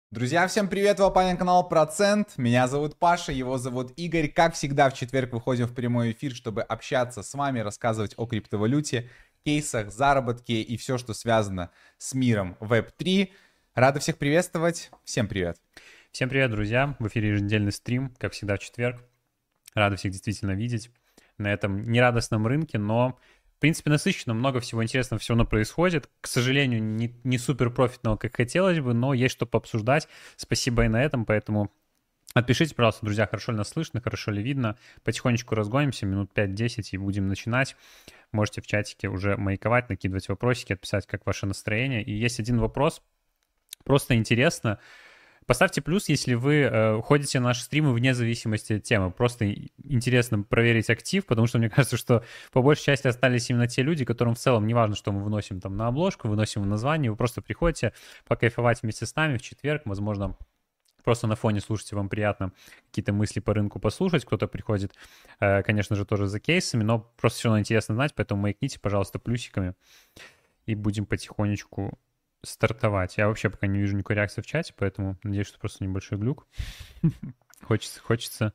Друзья, всем привет, вы попали на канал Процент. Меня зовут Паша, его зовут Игорь. Как всегда, в четверг выходим в прямой эфир, чтобы общаться с вами, рассказывать о криптовалюте, кейсах, заработке и все, что связано с миром Web3. Рады всех приветствовать. Всем привет. Всем привет, друзья. В эфире еженедельный стрим, как всегда в четверг. Рады всех действительно видеть на этом нерадостном рынке, но в принципе насыщенно, много всего интересного все равно происходит. К сожалению, не супер профитного, как хотелось бы, но есть что пообсуждать. Спасибо и на этом, поэтому отпишите, пожалуйста, друзья, хорошо ли нас слышно, хорошо ли видно. Потихонечку разгонимся, минут 5-10 и будем начинать. Можете в чатике уже маяковать, накидывать вопросики, отписать, как ваше настроение. И есть один вопрос, просто интересно. Поставьте плюс, если вы ходите на наши стримы вне зависимости от темы. Просто интересно проверить актив, потому что мне кажется, что по большей части остались именно те люди, которым в целом не важно, что мы выносим там на обложку, выносим в название. Вы просто приходите покайфовать вместе с нами в четверг. Возможно, просто на фоне слушайте, вам приятно какие-то мысли по рынку послушать. Кто-то приходит, конечно же, тоже за кейсами, но просто все равно интересно знать, поэтому маякните, пожалуйста, плюсиками. И будем потихонечку стартовать. Я вообще пока не вижу никакой реакции в чате, поэтому надеюсь, что просто небольшой глюк. Хочется.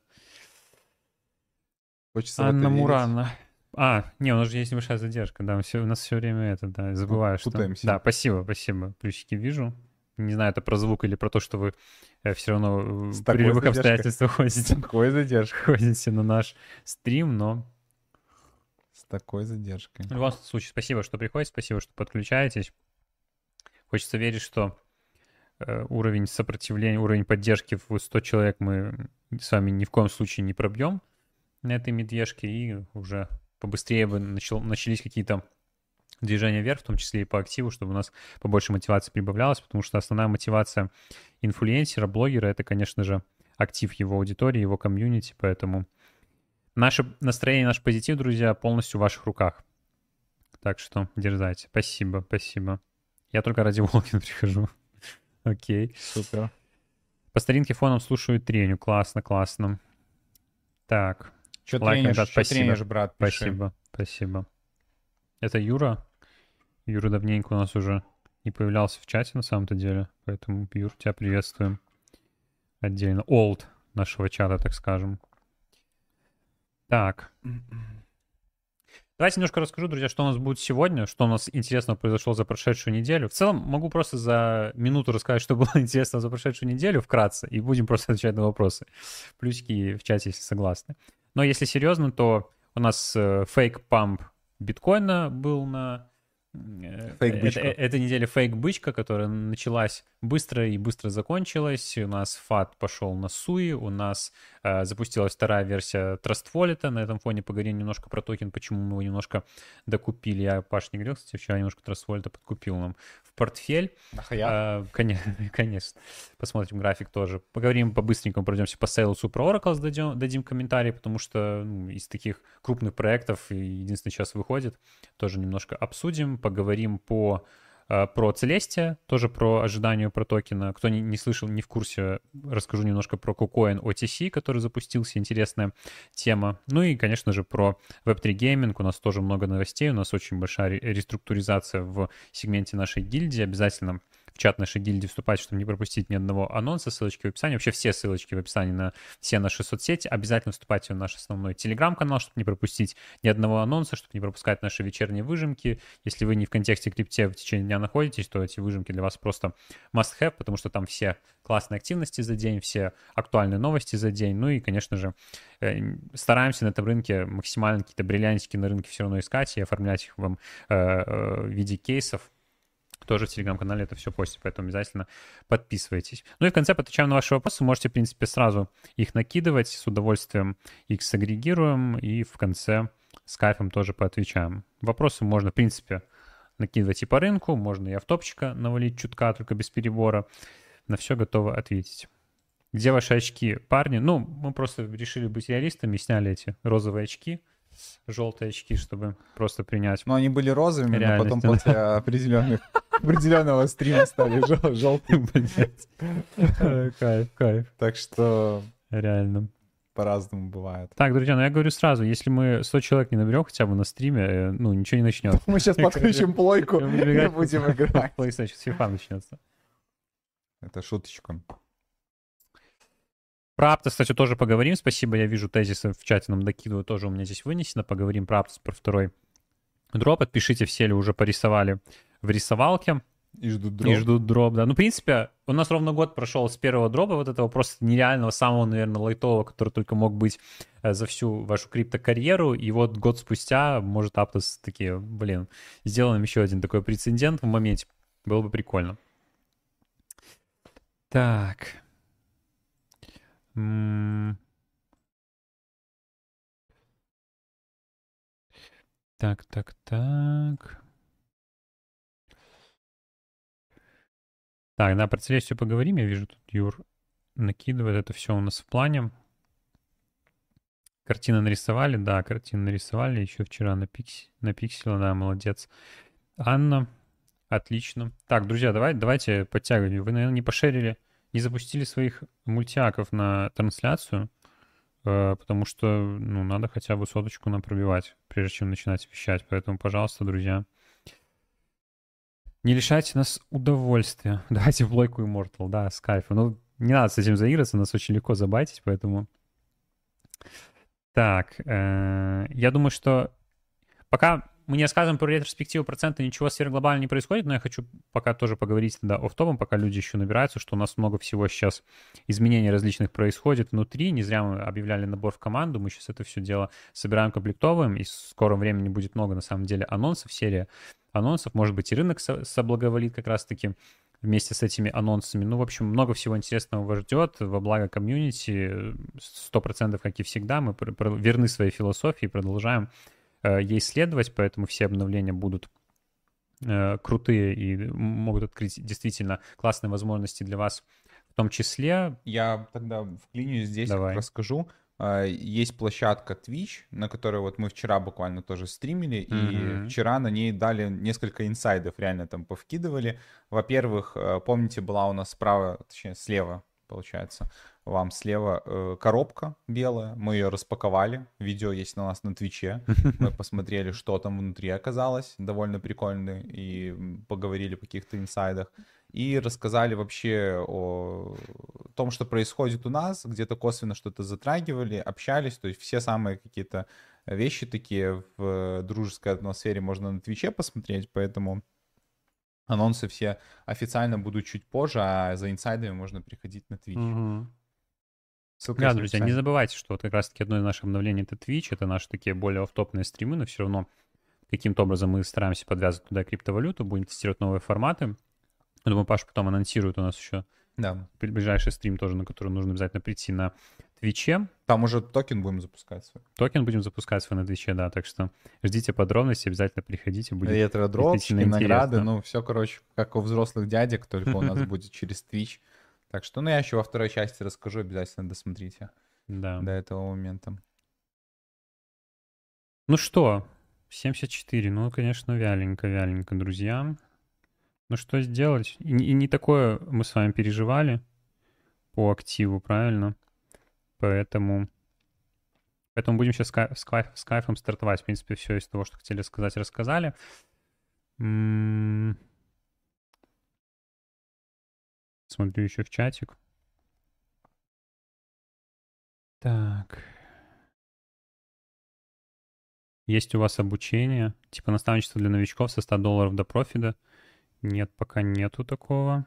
Анна Мурана. Не, у нас же есть небольшая задержка, да, у нас все время это, да, забываю, что... Путаемся. Да, спасибо, плюсики вижу. Не знаю, это про звук или про то, что вы все равно при любых обстоятельствах ходите на наш стрим, но... С такой задержкой. В любом случае, спасибо, что приходите, спасибо, что подключаетесь. Хочется верить, что уровень сопротивления, уровень поддержки в 100 человек мы с вами ни в коем случае не пробьем на этой медвежке, и уже побыстрее бы начались какие-то движения вверх, в том числе и по активу, чтобы у нас побольше мотивации прибавлялось, потому что основная мотивация инфлюенсера, блогера — это, конечно же, актив его аудитории, его комьюнити, поэтому наше настроение, наш позитив, друзья, полностью в ваших руках. Так что дерзайте. Спасибо. Я только ради Волкина прихожу. Окей. Супер. По старинке фоном слушаю треню. Классно. Так. Че тренишь, брат? Пиши. Спасибо. Это Юра. Юра давненько у нас уже не появлялся в чате на самом-то деле. Поэтому, Юр, тебя приветствуем отдельно. Олд нашего чата, так скажем. Так. Давайте немножко расскажу, друзья, что у нас будет сегодня, что у нас интересного произошло за прошедшую неделю. В целом могу просто за минуту рассказать, что было интересно за прошедшую неделю вкратце, и будем просто отвечать на вопросы. Плюсики в чате, если согласны. Но если серьезно, то у нас фейк-памп биткоина был на... Эта неделя фейк-бычка, которая началась быстро и быстро закончилась. У нас фат пошел на суи, у нас запустилась вторая версия Trust Wallet. На этом фоне поговорим немножко про токен, почему мы его немножко докупили. Я, Паш, не говорил, кстати, вчера немножко Trust Wallet подкупил нам в портфель. Конечно. Посмотрим график тоже. Поговорим по-быстренькому, пройдемся по Сейлсу, про Oracle дадим комментарий, потому что из таких крупных проектов единственный сейчас выходит. Тоже немножко обсудим. Поговорим про Целестия, тоже про ожидание про токена. Кто не слышал, не в курсе, расскажу немножко про KuCoin OTC, который запустился, интересная тема. Ну и, конечно же, про Web3 гейминг. У нас тоже много новостей, у нас очень большая реструктуризация в сегменте нашей гильдии. Обязательно в чат нашей гильдии вступать, чтобы не пропустить ни одного анонса, ссылочки в описании. Вообще все ссылочки в описании на все наши соцсети. Обязательно вступайте в наш основной телеграм-канал, чтобы не пропустить ни одного анонса, чтобы не пропускать наши вечерние выжимки. Если вы не в контексте крипте в течение дня находитесь, то эти выжимки для вас просто must-have, потому что там все классные активности за день, все актуальные новости за день. Ну и, конечно же, стараемся на этом рынке максимально какие-то бриллиантики на рынке все равно искать и оформлять их вам в виде кейсов. Тоже в Телеграм-канале это все постим, поэтому обязательно подписывайтесь. Ну и в конце отвечаем на ваши вопросы. Можете, в принципе, сразу их накидывать. С удовольствием их сагрегируем. И в конце с кайфом тоже поотвечаем. Вопросы можно, в принципе, накидывать и по рынку. Можно и автопчика навалить чутка, только без перебора. На все готовы ответить. Где ваши очки, парни? Ну, мы просто решили быть реалистами, сняли эти розовые очки. Желтые очки, чтобы просто принять. Но они были розовыми, но потом после определенного стрима стали желтыми. Кайф. Так что реально по-разному бывает. Так, друзья, я говорю сразу, если мы 100 человек не наберем хотя бы на стриме, ничего не начнется. Мы сейчас подключим плойку и будем играть. Сейчас FIFA начнется. Это шуточка. Про Аптос, кстати, тоже поговорим. Спасибо, я вижу тезисы в чате нам докидывают, тоже у меня здесь вынесено. Поговорим про Аптос, про второй дроп. Отпишите, все ли уже порисовали в рисовалке. И ждут дроп. И ждут дроп, да. Ну, в принципе, у нас ровно год прошел с первого дропа, вот этого просто нереального, самого, наверное, лайтового, который только мог быть за всю вашу криптокарьеру. И вот год спустя, может, Aptos такие, блин, сделаем еще один такой прецедент в моменте. Было бы прикольно. Так. Так. Так, да, про Целестию поговорим. Я вижу, тут Юр накидывает. Это все у нас в плане. Картины нарисовали, да, картины нарисовали. Еще вчера на пикселе, да, молодец. Анна, отлично. Так, друзья, давайте подтягиваем. Вы, наверное, не пошерили, не запустили своих мультиаков на трансляцию, потому что, ну, надо хотя бы соточку нам пробивать, прежде чем начинать вещать. Поэтому, пожалуйста, друзья, не лишайте нас удовольствия. Давайте в лойку Immortal, да, с кайфом. Ну, не надо с этим заиграться, нас очень легко забайтить, поэтому... Так, я думаю, что пока мы не рассказываем про ретроспективу процента, ничего сверхглобального не происходит, но я хочу пока тоже поговорить тогда офф-топом, пока люди еще набираются, что у нас много всего сейчас изменений различных происходит внутри. Не зря мы объявляли набор в команду, мы сейчас это все дело собираем, комплектовываем, и в скором времени будет много, на самом деле, анонсов, серия анонсов. Может быть, и рынок соблаговолит как раз-таки вместе с этими анонсами. Ну, в общем, много всего интересного вас ждет во благо комьюнити. 100%, как и всегда, мы верны своей философии, продолжаем ей следовать, поэтому все обновления будут крутые и могут открыть действительно классные возможности для вас в том числе. Я тогда вклинюсь здесь, Давай. расскажу. Есть площадка Twitch, на которой вот мы вчера буквально тоже стримили, и вчера на ней дали несколько инсайдов, реально там повкидывали. Во-первых, помните, была у нас справа, точнее слева, получается, вам слева коробка белая, мы ее распаковали, видео есть у нас на Твиче, мы посмотрели, что там внутри оказалось, довольно прикольно, и поговорили о каких-то инсайдах. И рассказали вообще о том, что происходит у нас, где-то косвенно что-то затрагивали, общались, то есть все самые какие-то вещи такие в дружеской атмосфере можно на Твиче посмотреть, поэтому анонсы все официально будут чуть позже, а за инсайдами можно приходить на Twitch. Ссылка да, друзья, не забывайте, что вот как раз-таки одно из наших обновлений — это Twitch, это наши такие более оффтопные стримы, но все равно каким-то образом мы стараемся подвязывать туда криптовалюту, будем тестировать новые форматы. Я думаю, Паша потом анонсирует у нас еще ближайший стрим тоже, на который нужно обязательно прийти на Твиче. Там уже токен будем запускать свой. Токен будем запускать свой на Твиче, да, так что ждите подробности, обязательно приходите. Будет ретро-дропчики, награды, ну все, короче, как у взрослых дядек, только у нас будет через Twitch. Так что, ну я еще во второй части расскажу, обязательно досмотрите до этого момента. Ну что, 74, ну, конечно, вяленько, друзья. Ну что сделать? И не такое мы с вами переживали по активу, правильно? Поэтому будем сейчас с кайфом стартовать. В принципе, все из того, что хотели сказать, рассказали. Смотрю еще в чатик. Так. Есть у вас обучение? Типа наставничество для новичков со $100 до профита? Нет, пока нету такого.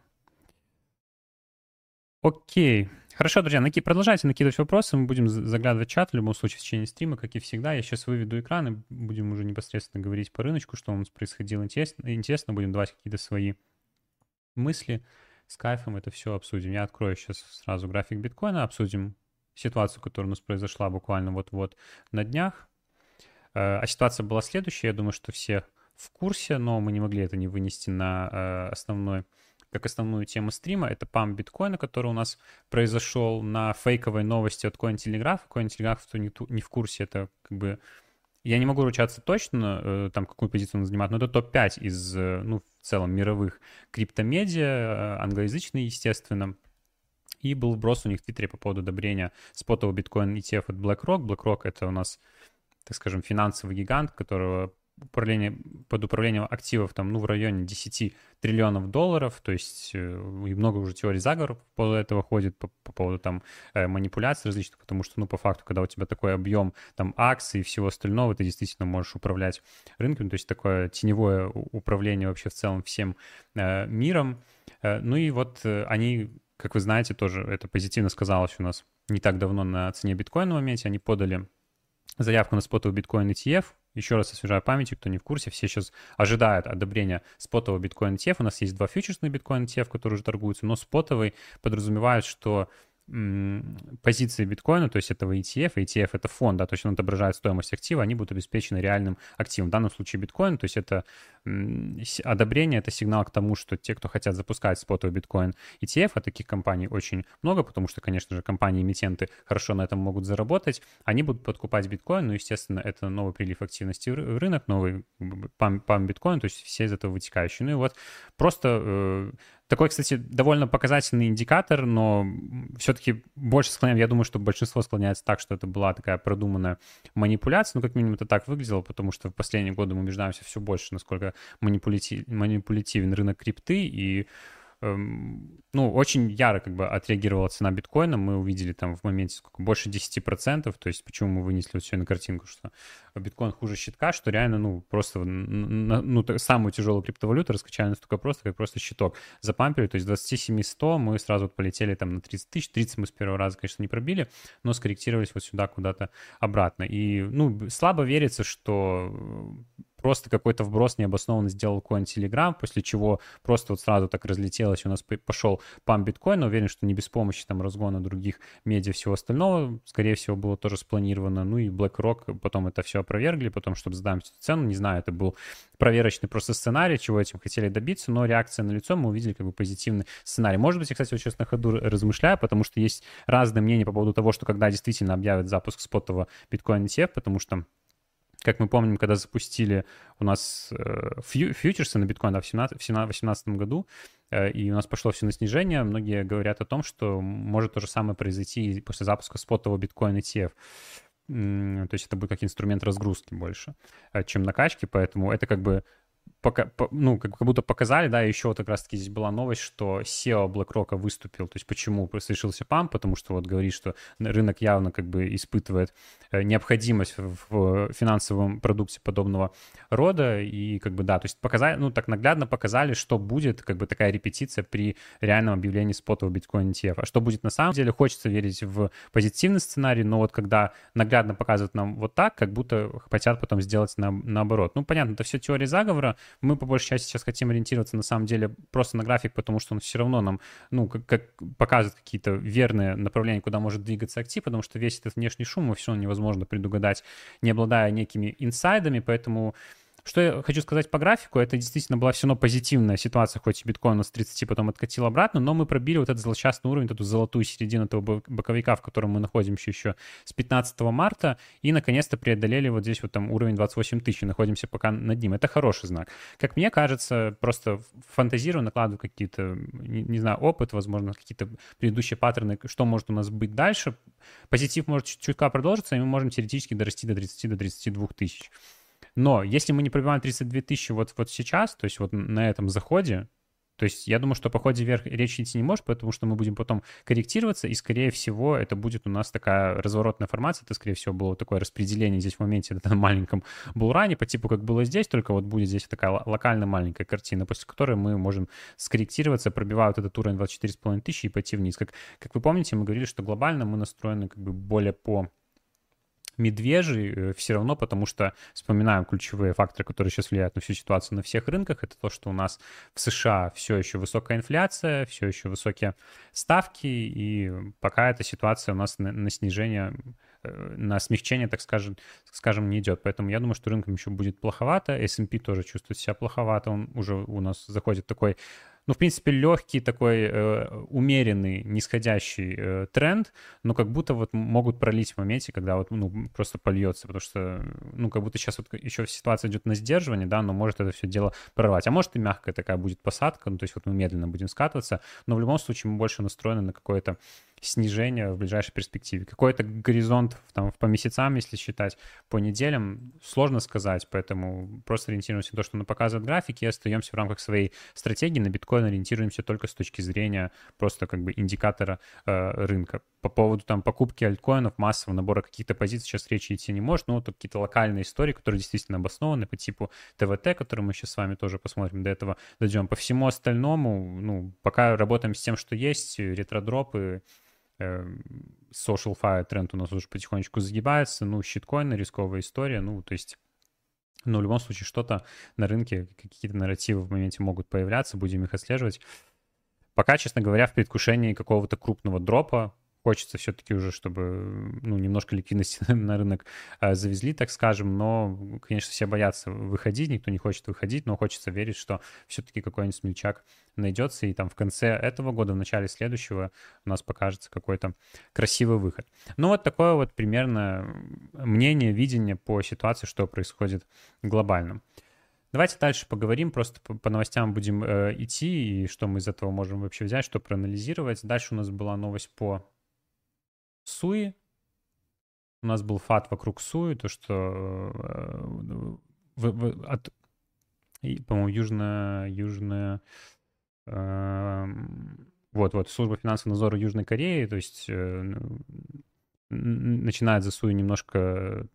Окей. Хорошо, друзья, продолжайте накидывать вопросы. Мы будем заглядывать в чат в любом случае в течение стрима, как и всегда. Я сейчас выведу экран и будем уже непосредственно говорить по рыночку, что у нас происходило интересно. Будем давать какие-то свои мысли. С кайфом это все обсудим. Я открою сейчас сразу график биткоина, обсудим ситуацию, которая у нас произошла буквально вот-вот на днях. А ситуация была следующая. Я думаю, что все в курсе, но мы не могли это не вынести на основную тему стрима. Это памп биткоина, который у нас произошел на фейковой новости от Cointelegraph. Cointelegraph, кто не в курсе, это как бы... Я не могу ручаться точно, там какую позицию он занимает, но это топ-5 из, ну, в целом мировых криптомедиа, англоязычный, естественно. И был вброс у них в Твиттере по поводу одобрения спотового биткоин ETF от BlackRock. BlackRock — это у нас, так скажем, финансовый гигант, которого под управлением активов там, ну, в районе 10 триллионов долларов, то есть и много уже теорий заговоров по поводу этого ходит, по поводу там манипуляций различных, потому что, ну, по факту, когда у тебя такой объем там акций и всего остального, ты действительно можешь управлять рынком, то есть такое теневое управление вообще в целом всем миром. Ну и вот они, как вы знаете, тоже это позитивно сказалось у нас не так давно на цене биткоина в моменте, они подали заявку на спотовый биткоин ETF. Еще раз освежаю память, кто не в курсе, все сейчас ожидают одобрения спотового биткоин ETF. У нас есть 2 фьючерсные биткоин ETF, которые уже торгуются, но спотовый подразумевает, что позиции биткоина, то есть этого ETF это фонд, да, то есть он отображает стоимость актива, они будут обеспечены реальным активом. В данном случае биткоин, то есть это одобрение, это сигнал к тому, что те, кто хотят запускать спотовый биткоин ETF, а таких компаний очень много, потому что, конечно же, компании-эмитенты хорошо на этом могут заработать, они будут подкупать биткоин, ну, естественно, это новый прилив активности в рынок, новый памп биткоин, то есть все из этого вытекающие. Ну и вот просто такой, кстати, довольно показательный индикатор, но все-таки больше склоняем, я думаю, что большинство склоняется так, что это была такая продуманная манипуляция, ну, как минимум это так выглядело, потому что в последние годы мы убеждаемся все больше, насколько манипулятивен рынок крипты, и ну, очень яро как бы отреагировала цена биткоина. Мы увидели там в моменте сколько, больше 10%. То есть почему мы вынесли вот все на картинку, что биткоин хуже щитка, что реально, ну, просто ну, самую тяжелую криптовалюту раскачали настолько просто, как просто щиток запампили. То есть 27-100 мы сразу вот полетели там на 30 тысяч. 30 мы с первого раза, конечно, не пробили, но скорректировались вот сюда куда-то обратно. И, ну, слабо верится, что просто какой-то вброс необоснованно сделал Cointelegraph, после чего просто вот сразу так разлетелось, у нас пошел памп биткоина. Уверен, что не без помощи там разгона других медиа и всего остального, скорее всего, было тоже спланировано. Ну и BlackRock потом это все опровергли, потом, чтобы сдать цену, не знаю, это был проверочный просто сценарий, чего этим хотели добиться, но реакция на лицо, мы увидели как бы позитивный сценарий. Может быть, я, кстати, вот сейчас на ходу размышляю, потому что есть разные мнения по поводу того, что когда действительно объявят запуск спотового биткоин ETF, потому что как мы помним, когда запустили у нас фьючерсы на биткоин, да, в 2018 году, и у нас пошло все на снижение, многие говорят о том, что может то же самое произойти после запуска спотового биткоин ETF. То есть это будет как инструмент разгрузки больше, чем накачки, поэтому это как бы ну, как будто показали, да, еще вот как раз-таки здесь была новость, что SEO BlackRock выступил, то есть почему совершился памп, потому что вот говорит, что рынок явно как бы испытывает необходимость в финансовом продукте подобного рода, и как бы, да, то есть показали, ну, так наглядно показали, что будет, как бы такая репетиция при реальном объявлении спотового биткоин ETF. А что будет на самом деле, хочется верить в позитивный сценарий, но вот когда наглядно показывают нам вот так, как будто хотят потом сделать наоборот. Ну, понятно, это все теория заговора. Мы по большей части сейчас хотим ориентироваться на самом деле просто на график, потому что он все равно нам, ну, как показывает какие-то верные направления, куда может двигаться актив, потому что весь этот внешний шум все равно невозможно предугадать, не обладая некими инсайдами, поэтому что я хочу сказать по графику, это действительно была все равно позитивная ситуация, хоть и биткоин у нас с 30 потом откатил обратно, но мы пробили вот этот злосчастный уровень, эту золотую середину этого боковика, в котором мы находимся еще с 15 марта, и наконец-то преодолели вот здесь вот там уровень 28 тысяч, и находимся пока над ним. Это хороший знак. Как мне кажется, просто фантазирую, накладываю какие-то, не знаю, опыт, возможно, какие-то предыдущие паттерны, что может у нас быть дальше. Позитив может чуть-чутка продолжиться, и мы можем теоретически дорасти до 30-32 тысяч. Но если мы не пробиваем 32 тысячи вот сейчас, то есть вот на этом заходе, то есть я думаю, что по ходе вверх речь идти не может, потому что мы будем потом корректироваться, и, скорее всего, это будет у нас такая разворотная формация, это, скорее всего, было такое распределение здесь в моменте на маленьком булране, по типу, как было здесь, только вот будет здесь такая локальная маленькая картина, после которой мы можем скорректироваться, пробивая вот этот уровень 24,5 тысячи и пойти вниз. Как вы помните, мы говорили, что глобально мы настроены как бы более по медвежий все равно, потому что вспоминаем ключевые факторы, которые сейчас влияют на всю ситуацию на всех рынках. Это то, что у нас в США все еще высокая инфляция, все еще высокие ставки, и пока эта ситуация у нас на снижение, на смягчение, так скажем, не идет. Поэтому я думаю, что рынком еще будет плоховато. S&P тоже чувствует себя плоховато. Он уже у нас заходит такой, ну, в принципе, легкий такой умеренный нисходящий тренд, но как будто вот могут пролить в моменте, когда вот, ну, просто польется, потому что, ну, как будто сейчас вот еще ситуация идет на сдерживание, да, но может это все дело прорвать. А может и мягкая такая будет посадка, ну, то есть вот мы медленно будем скатываться, но в любом случае мы больше настроены на какое-то снижения в ближайшей перспективе. Какой-то горизонт там по месяцам, если считать, по неделям, сложно сказать, поэтому просто ориентируемся на то, что нам показывает графики, и остаемся в рамках своей стратегии. На биткоин ориентируемся только с точки зрения просто как бы индикатора рынка. По поводу там покупки альткоинов, массового набора каких-то позиций сейчас речи идти не может, но вот какие-то локальные истории, которые действительно обоснованы по типу ТВТ, который мы сейчас с вами тоже посмотрим, до этого дойдем. По всему остальному, ну, пока работаем с тем, что есть, ретродропы, social fire тренд у нас уже потихонечку загибается, ну, щиткоины, рисковая история, ну, то есть, ну, в любом случае что-то на рынке, какие-то нарративы в моменте могут появляться, будем их отслеживать. Пока, честно говоря, в предвкушении какого-то крупного дропа, хочется все-таки уже, чтобы, ну, немножко ликвидности на рынок завезли, так скажем, но, конечно, все боятся выходить, никто не хочет выходить, но хочется верить, что все-таки какой-нибудь смельчак найдется, и там в конце этого года, в начале следующего у нас покажется какой-то красивый выход. Ну, вот такое вот примерно мнение, видение по ситуации, что происходит глобально. Давайте дальше поговорим, просто по новостям будем идти, и что мы из этого можем вообще взять, что проанализировать. Дальше у нас была новость по Суи. У нас был фат вокруг Суи, то, что по-моему, южная вот, служба финансового надзора Южной Кореи, то есть начинает за Суи немножко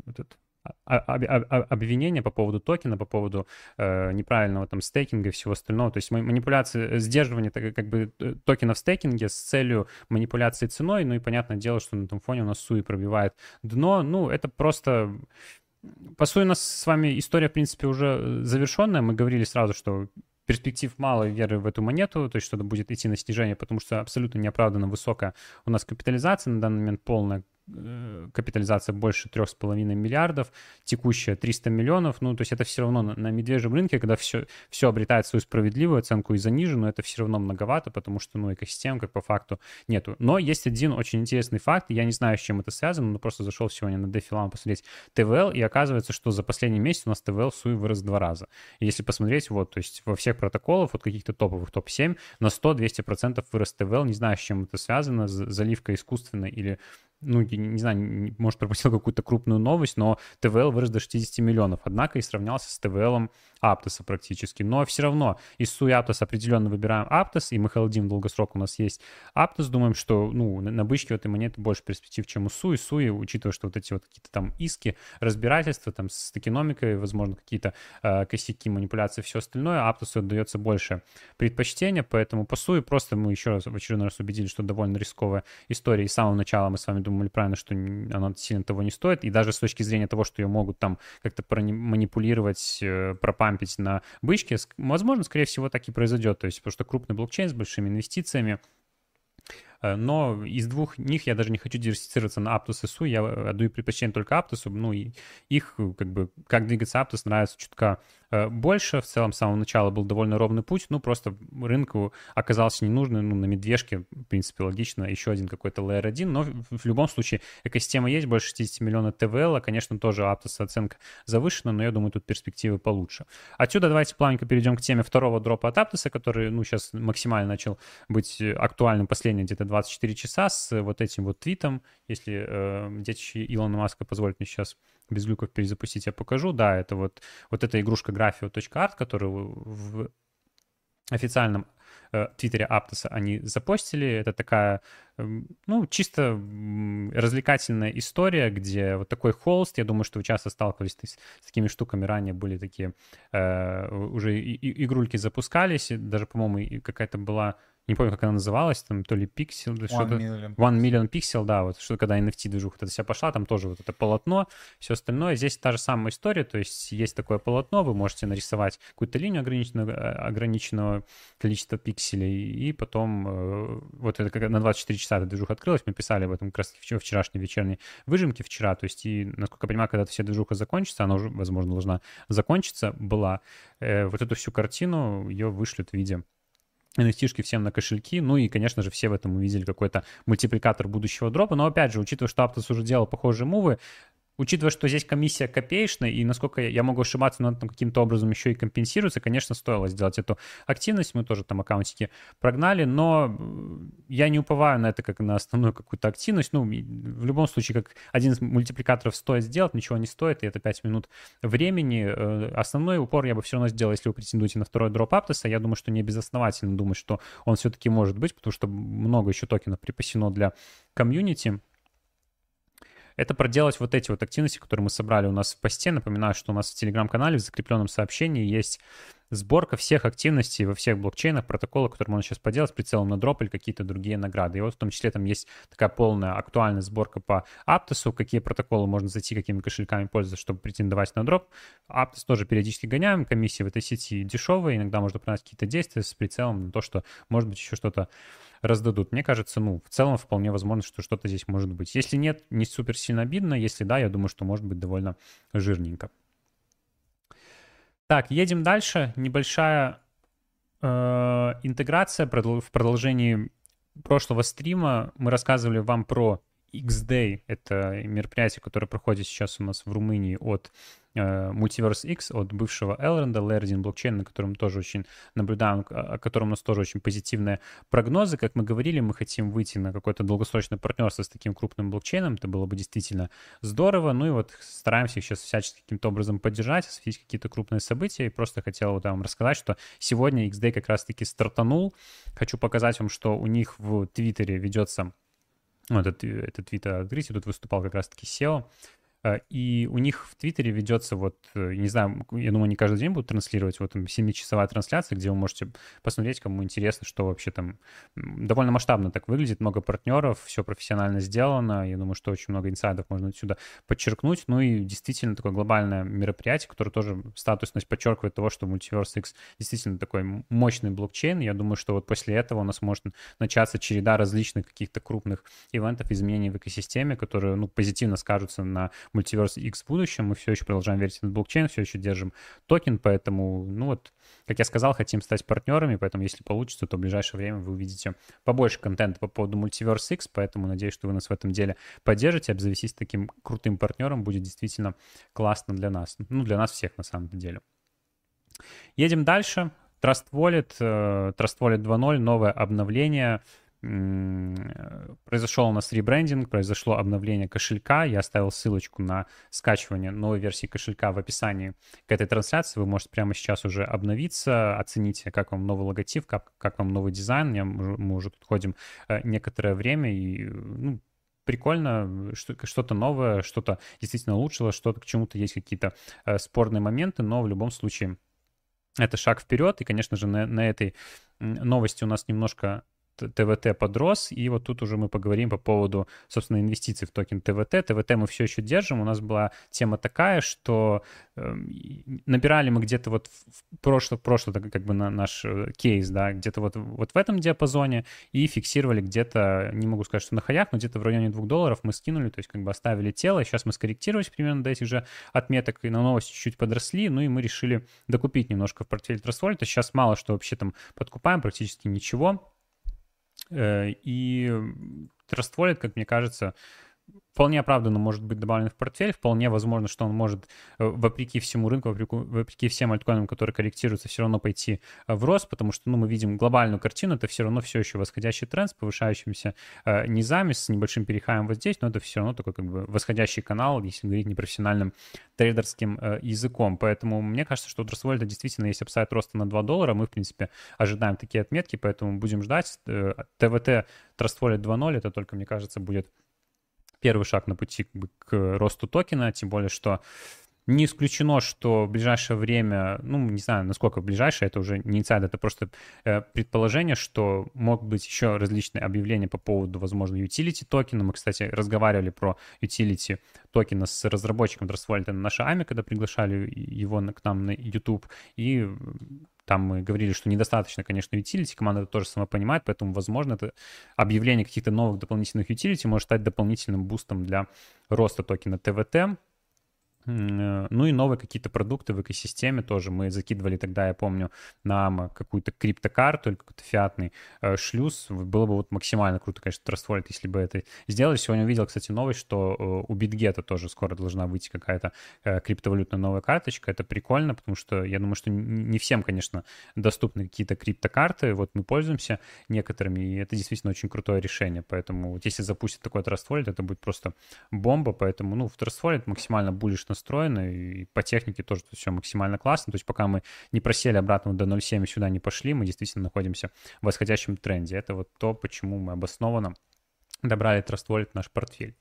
обвинения по поводу токена, по поводу неправильного там стейкинга и всего остального. То есть манипуляции, сдерживание как бы токена в стейкинге с целью манипуляции ценой. Ну и понятное дело, что на этом фоне у нас Суи пробивает дно. Ну, это просто... По Суи у нас с вами история, в принципе, уже завершенная. Мы говорили сразу, что перспектив мало веры в эту монету, то есть что-то будет идти на снижение, потому что абсолютно неоправданно высокая у нас капитализация, на данный момент полная капитализация больше 3,5 миллиардов, текущая 300 миллионов, ну, то есть это все равно на медвежьем рынке, когда все обретает свою справедливую оценку и заниженную, это все равно многовато, потому что, ну, экосистем как по факту нету. Но есть один очень интересный факт, я не знаю, с чем это связано, но просто зашел сегодня на DeFi посмотреть ТВЛ, и оказывается, что за последний месяц у нас ТВЛ Суи вырос в 2 раза. И если посмотреть, вот, то есть во всех протоколах, вот каких-то топовых, топ-7, на 100-200% вырос ТВЛ, не знаю, с чем это связано, заливка искусственная или ну, не знаю, может, пропустил какую-то крупную новость, но ТВЛ вырос до 60 миллионов, однако и сравнялся с ТВЛом Аптоса практически. Но все равно из Суи Аптос определенно выбираем Аптос, и мы холодим долгосрок, у нас есть Аптос, думаем, что, ну, на бычке у этой монеты больше перспектив, чем у Суи. Суи, учитывая, что вот эти вот какие-то там иски, разбирательства там с токеномикой, возможно, какие-то косяки, манипуляции, все остальное, Аптосу отдается больше предпочтения, поэтому по Суи просто мы еще раз в очередной раз убедились, что довольно рисковая история, и с самого начала мы с вами думали правильно, что она сильно того не стоит, и даже с точки зрения того, что ее могут там как-то манипулировать, пропампить на бычке, возможно, скорее всего, так и произойдет, то есть потому что крупный блокчейн с большими инвестициями, но из двух них я даже не хочу диверсифицироваться на Aptos и Sui, я отдаю предпочтение только Aptos, ну и их, как бы, как двигаться Aptos нравится чутка больше, в целом с самого начала был довольно ровный путь, ну просто рынку оказался не нужный, ну на медвежке, в принципе, логично, еще один какой-то Layer 1, но в любом случае экосистема есть, больше 60 миллионов ТВЛ, конечно, тоже Aptos оценка завышена, но я думаю, тут перспективы получше. Отсюда давайте плавненько перейдем к теме второго дропа от Aptos, который, ну, сейчас максимально начал быть актуальным последние где-то 24 часа с вот этим вот твитом, если детище Илона Маска позволит мне сейчас без глюков перезапустить, я покажу. Да, это вот эта игрушка Graphio.art, которую в официальном твиттере Аптоса они запостили. Это такая, ну, чисто развлекательная история, где вот такой холст, я думаю, что вы часто сталкивались с такими штуками, ранее были такие, уже игрульки запускались, даже, по-моему, какая-то была, не помню, как она называлась, там то ли Pixel, или что-то. One Million Pixel, да, вот что когда NFT-движуха эта вся пошла, там тоже вот это полотно, все остальное. Здесь та же самая история, то есть есть такое полотно, вы можете нарисовать какую-то линию ограниченного количества пикселей, и потом вот это на 24 часа эта движуха открылась, мы писали об этом как раз в вчерашней вечерней выжимке вчера, то есть и, насколько я понимаю, когда эта вся движуха закончится, она уже, возможно, должна закончиться, была, вот эту всю картину ее вышлют в виде NFT-шки всем на кошельки, ну и, конечно же, все в этом увидели какой-то мультипликатор будущего дропа, но, опять же, учитывая, что Aptos уже делал похожие мувы, учитывая, что здесь комиссия копеечная, и насколько я могу ошибаться, но она там каким-то образом еще и компенсируется, конечно, стоило сделать эту активность. Мы тоже там аккаунтики прогнали, но я не уповаю на это как на основную какую-то активность. Ну, в любом случае, как один из мультипликаторов стоит сделать, ничего не стоит, и это 5 минут времени. Основной упор я бы все равно сделал, если вы претендуете на второй дроп Аптоса. Я думаю, что не безосновательно думать, что он все-таки может быть, потому что много еще токенов припасено для комьюнити. Это проделать вот эти вот активности, которые мы собрали у нас в посте. Напоминаю, что у нас в Телеграм-канале в закрепленном сообщении есть сборка всех активностей во всех блокчейнах, протоколы, которые можно сейчас поделать с прицелом на дроп или какие-то другие награды. И вот в том числе там есть такая полная актуальная сборка по Аптосу, какие протоколы можно зайти, какими кошельками пользоваться, чтобы претендовать на дроп. Аптос тоже периодически гоняем, комиссии в этой сети дешевые, иногда можно принять какие-то действия с прицелом на то, что, может быть, еще что-то раздадут. Мне кажется, в целом вполне возможно, что что-то здесь может быть. Если нет, не супер сильно обидно. Если да, я думаю, что может быть довольно жирненько. Так, едем дальше. Небольшая интеграция. В продолжении прошлого стрима мы рассказывали вам про X-Day. Это мероприятие, которое проходит сейчас у нас в Румынии от Multiverse X, от бывшего Elrond, Layer блокчейн, на котором тоже очень наблюдаем, о котором у нас тоже очень позитивные прогнозы. Как мы говорили, мы хотим выйти на какое-то долгосрочное партнерство с таким крупным блокчейном. Это было бы действительно здорово. Ну и вот стараемся их сейчас всячески каким-то образом поддержать, осветить какие-то крупные события. И просто хотел вот вам рассказать, что сегодня X-Day как раз-таки стартанул. Хочу показать вам, что у них в Твиттере ведется... этот твит открытие, тут выступал как раз-таки SEO. И у них в Твиттере ведется не знаю, я думаю, они каждый день будут транслировать 7-часовая трансляция, где вы можете посмотреть, кому интересно, что вообще там довольно масштабно так выглядит, много партнеров, все профессионально сделано, я думаю, что очень много инсайдов можно отсюда подчеркнуть, ну и действительно такое глобальное мероприятие, которое тоже статусность подчеркивает того, что Multiverse X действительно такой мощный блокчейн, я думаю, что вот после этого у нас может начаться череда различных каких-то крупных ивентов, изменений в экосистеме, которые, позитивно скажутся на Multiverse X в будущем. Мы все еще продолжаем верить в блокчейн, все еще держим токен, поэтому, как я сказал, хотим стать партнерами, поэтому если получится, то в ближайшее время вы увидите побольше контента по поводу Multiverse X, поэтому надеюсь, что вы нас в этом деле поддержите, обзавестись таким крутым партнером будет действительно классно для нас. Для нас всех на самом деле. Едем дальше. Trust Wallet 2.0, новое обновление. Произошел у нас ребрендинг, произошло обновление кошелька. Я оставил ссылочку на скачивание новой версии кошелька в описании к этой трансляции. Вы можете прямо сейчас уже обновиться, оцените, как вам новый логотип, как вам новый дизайн. Мы уже тут ходим некоторое время, и прикольно, что-то новое, что-то действительно улучшилось, что-то к чему-то есть какие-то спорные моменты, но в любом случае это шаг вперед. И, конечно же, на этой новости у нас немножко ТВТ подрос, и вот тут уже мы поговорим по поводу, собственно, инвестиций в токен ТВТ. ТВТ мы все еще держим. У нас была тема такая, что набирали мы где-то в прошлый как бы на наш кейс, да, где-то вот в этом диапазоне и фиксировали где-то, не могу сказать, что на хаях, но где-то в районе $2 мы скинули, то есть как бы оставили тело, и сейчас мы скорректировались примерно до этих же отметок, и на новости чуть-чуть подросли, и мы решили докупить немножко в портфель Trust Wallet. Сейчас мало что вообще там подкупаем, практически ничего. И Trust Wallet, как мне кажется, вполне оправданно может быть добавлен в портфель. Вполне возможно, что он может, вопреки всему рынку, вопреки всем альткоинам, которые корректируются, все равно пойти в рост, потому что мы видим глобальную картину, это все равно все еще восходящий тренд с повышающимися низами, с небольшим перехаем вот здесь, но это все равно такой как бы восходящий канал, если говорить непрофессиональным трейдерским языком. Поэтому мне кажется, что у Trust Wallet действительно есть апсайд роста на $2. Мы, в принципе, ожидаем такие отметки, поэтому будем ждать. ТВТ Trust Wallet 2.0, это только, мне кажется, будет первый шаг на пути к росту токена, тем более, что не исключено, что в ближайшее время, не знаю, насколько в ближайшее, это уже не инсайд, это просто предположение, что могут быть еще различные объявления по поводу, возможно, utility токена. Мы, кстати, разговаривали про utility токена с разработчиком Trust Wallet на нашей AMI, когда приглашали его к нам на YouTube, и там мы говорили, что недостаточно, конечно, utility, команда это тоже сама понимает, поэтому, возможно, это объявление каких-то новых дополнительных utility может стать дополнительным бустом для роста токена ТВТ. Ну и новые какие-то продукты в экосистеме тоже. Мы закидывали тогда, я помню, на AMA какую-то криптокарту или какой-то фиатный шлюз. Было бы вот максимально круто, конечно, Trust Wallet, если бы это сделали. Сегодня увидел, кстати, новость, что у BitGet тоже скоро должна выйти какая-то криптовалютная новая карточка. Это прикольно, потому что я думаю, что не всем, конечно, доступны какие-то криптокарты. Вот мы пользуемся некоторыми, и это действительно очень крутое решение. Поэтому вот если запустят такой Trust Wallet, это будет просто бомба. Поэтому, ну, в Trust Wallet максимально буллиш настроены, и по технике тоже все максимально классно. То есть пока мы не просели обратно до 0.7 и сюда не пошли, мы действительно находимся в восходящем тренде. Это вот то, почему мы обоснованно добрали Trust Wallet в наш портфель.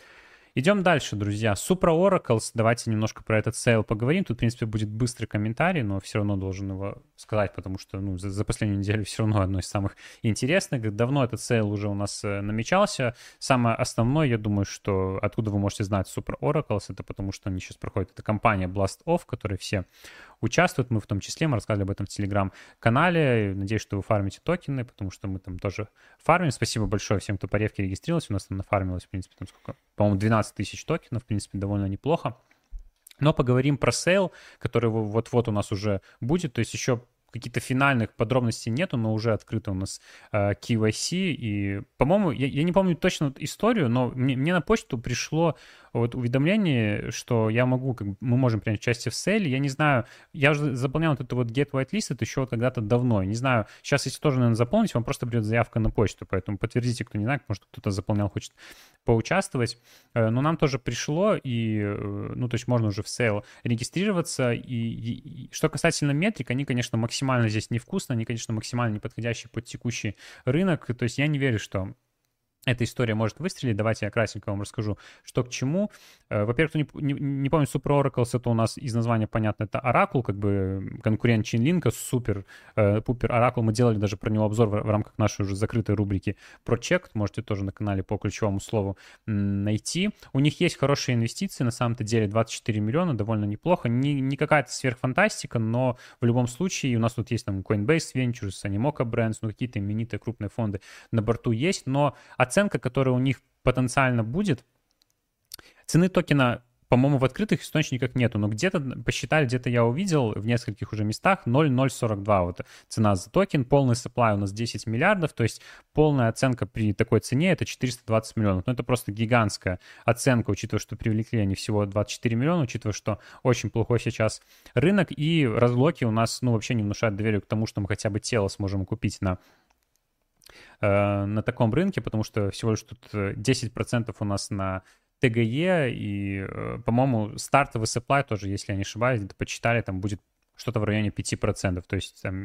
Идем дальше, друзья. Supra Oracles. Давайте немножко про этот сейл поговорим. Тут, в принципе, будет быстрый комментарий, но все равно должен его сказать, потому что ну, за последнюю неделю все равно одно из самых интересных. Давно этот сейл уже у нас намечался. Самое основное, я думаю, что откуда вы можете знать Supra Oracles, это потому что они сейчас проходят. Это компания Blast Off, в которой все участвуют. Мы в том числе, мы рассказывали об этом в Телеграм-канале. Надеюсь, что вы фармите токены, потому что мы там тоже фармим. Спасибо большое всем, кто по ревке регистрировался. У нас там нафармилось, в принципе, там сколько? По-моему, 12 тысяч токенов, в принципе, довольно неплохо. Но поговорим про сейл, который вот-вот у нас уже будет. То есть еще каких-то финальных подробностей нету, но уже открыто у нас KYC. И, по-моему, я не помню точно вот историю, но мне на почту пришло вот уведомление, что я могу, мы можем принять участие в сейле. Я не знаю, я уже заполнял вот это вот Get Whitelisted еще вот когда-то давно. Я не знаю, сейчас если тоже, наверное, заполнить, вам просто придет заявка на почту, поэтому подтвердите, кто не знает, может, кто-то заполнял, хочет поучаствовать. Но нам тоже пришло, и, ну, то есть можно уже в сейл регистрироваться. И что касательно метрик, они, конечно, максимально здесь невкусные, они, конечно, максимально неподходящие под текущий рынок. То есть я не верю, что эта история может выстрелить. Давайте я красненько вам расскажу, что к чему. Во-первых, кто не помнит, Supra Oracles, это у нас из названия понятно, это Oracle, как бы конкурент Chainlink, супер-пупер Oracle. Мы делали даже про него обзор в рамках нашей уже закрытой рубрики ProCheck. Можете тоже на канале по ключевому слову найти. У них есть хорошие инвестиции, на самом-то деле 24 миллиона, довольно неплохо. Не какая-то сверхфантастика, но в любом случае у нас тут есть там Coinbase Ventures, Animoca Brands, ну какие-то именитые крупные фонды на борту есть, но оценка, которая у них потенциально будет, цены токена, по-моему, в открытых источниках нету, но где-то посчитали, где-то я увидел в нескольких уже местах 0,042 вот цена за токен, полный supply у нас 10 миллиардов, то есть полная оценка при такой цене это 420 миллионов. Ну, это просто гигантская оценка, учитывая, что привлекли они всего 24 миллиона, учитывая, что очень плохой сейчас рынок, и разлоки у нас, ну, вообще не внушают доверия к тому, что мы хотя бы тело сможем купить на таком рынке, потому что всего лишь тут 10% у нас на ТГЕ, и, по-моему, стартовый supply тоже, если я не ошибаюсь, где-то почитали, там будет что-то в районе 5%, то есть там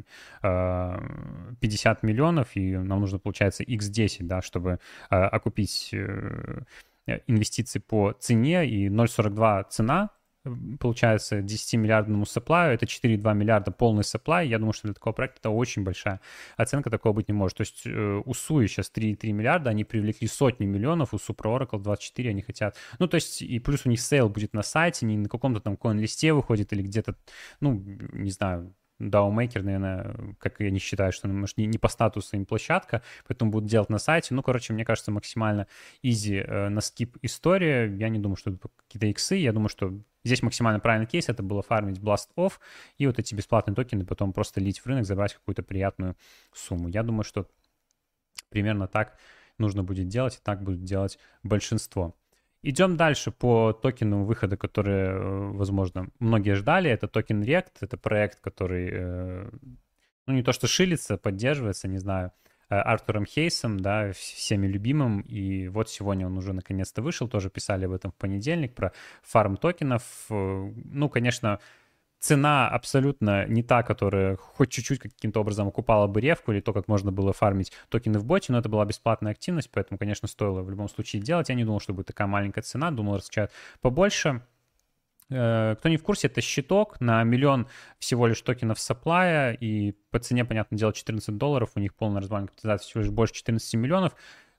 50 миллионов, и нам нужно, получается, x10, да, чтобы окупить инвестиции по цене, и 0,42 цена, получается, 10-миллиардному supply, это 4,2 миллиарда полный supply. Я думаю, что для такого проекта это очень большая оценка, такого быть не может. То есть у Суи сейчас 3,3 миллиарда, они привлекли сотни миллионов, у Supra Oracle 24 они хотят. Ну, то есть, и плюс у них сейл будет на сайте, не на каком-то там коин-листе выходит или где-то, ну, не знаю, DAO-мейкер, наверное, как я не считаю, что может, не по статусу им площадка, поэтому будут делать на сайте. Ну, короче, мне кажется, максимально изи на скип история. Я не думаю, что это какие-то иксы. Я думаю, что здесь максимально правильный кейс. Это было фармить Blast Off и вот эти бесплатные токены потом просто лить в рынок, забрать какую-то приятную сумму. Я думаю, что примерно так нужно будет делать, и так будут делать большинство. Идем дальше по токену выхода, которые, возможно, многие ждали. Это токен Rect, это проект, который, ну, не то что шилится, поддерживается, не знаю, Артуром Хейсом, да, всеми любимым. И вот сегодня он уже наконец-то вышел, тоже писали об этом в понедельник, про фарм токенов. Ну, конечно, цена абсолютно не та, которая хоть чуть-чуть каким-то образом окупала бы ревку или то, как можно было фармить токены в боте, но это была бесплатная активность, поэтому, конечно, стоило в любом случае делать. Я не думал, что будет такая маленькая цена, думал, раскачают побольше. Кто не в курсе, это щиток на 1 миллион всего лишь токенов сапплая, и по цене, понятное дело, $14, у них полная развальная капитализация всего лишь больше 14 миллионов.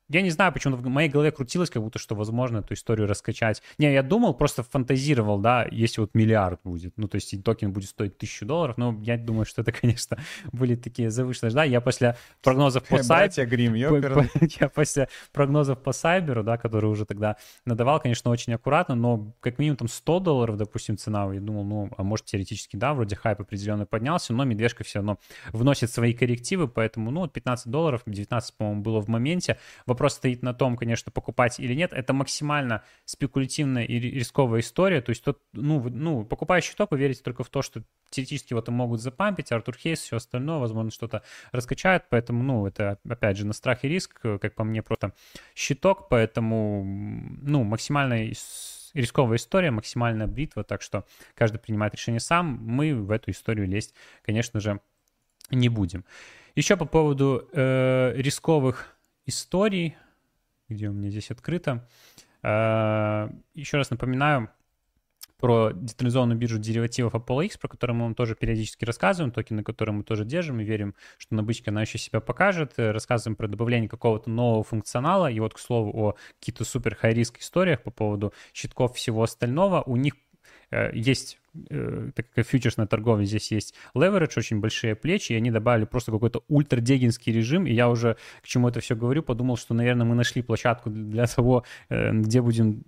я не знаю, почему в моей голове крутилось, как будто что возможно эту историю раскачать. Не, я думал, просто фантазировал, да, если вот миллиард будет, ну, то есть и токен будет стоить $1000, но я думаю, что это, конечно, были такие завышенные, да, я после прогнозов по Братья Гримм, ёперный. я после прогнозов по Сайберу, да, который уже тогда надавал, конечно, очень аккуратно, но как минимум там $100, допустим, цена, я думал, ну, а может теоретически, да, вроде хайп определенно поднялся, но медвежка все равно вносит свои коррективы, поэтому, ну, $15, 19, по-моему, было в моменте. Вопрос стоит на том, конечно, покупать или нет. Это максимально спекулятивная и рисковая история, то есть тот, ну, покупающий топ, вы верите только в то, что теоретически вот могут запампить, Артур Хейс, все остальное, возможно, что-то раскачают, поэтому, ну, это, опять же, на страх и риск, как по мне, просто щиток, поэтому, ну, максимальная рисковая история, максимальная бритва, так что каждый принимает решение сам, мы в эту историю лезть, конечно же, не будем. Еще по поводу рисковых историй, где у меня здесь открыто, еще раз напоминаю про децентрализованную биржу деривативов ApollX, про которую мы вам тоже периодически рассказываем, токены, которые мы тоже держим, и верим, что на бычке она еще себя покажет. Рассказываем про добавление какого-то нового функционала. И вот, к слову, о каких-то супер хай-риск историях по поводу щитков и всего остального. У них есть, так как фьючерсная торговля, здесь есть leverage, очень большие плечи, и они добавили просто какой-то ультрадегинский режим, и я уже к чему это все говорю, подумал, что, наверное, мы нашли площадку для того, где будем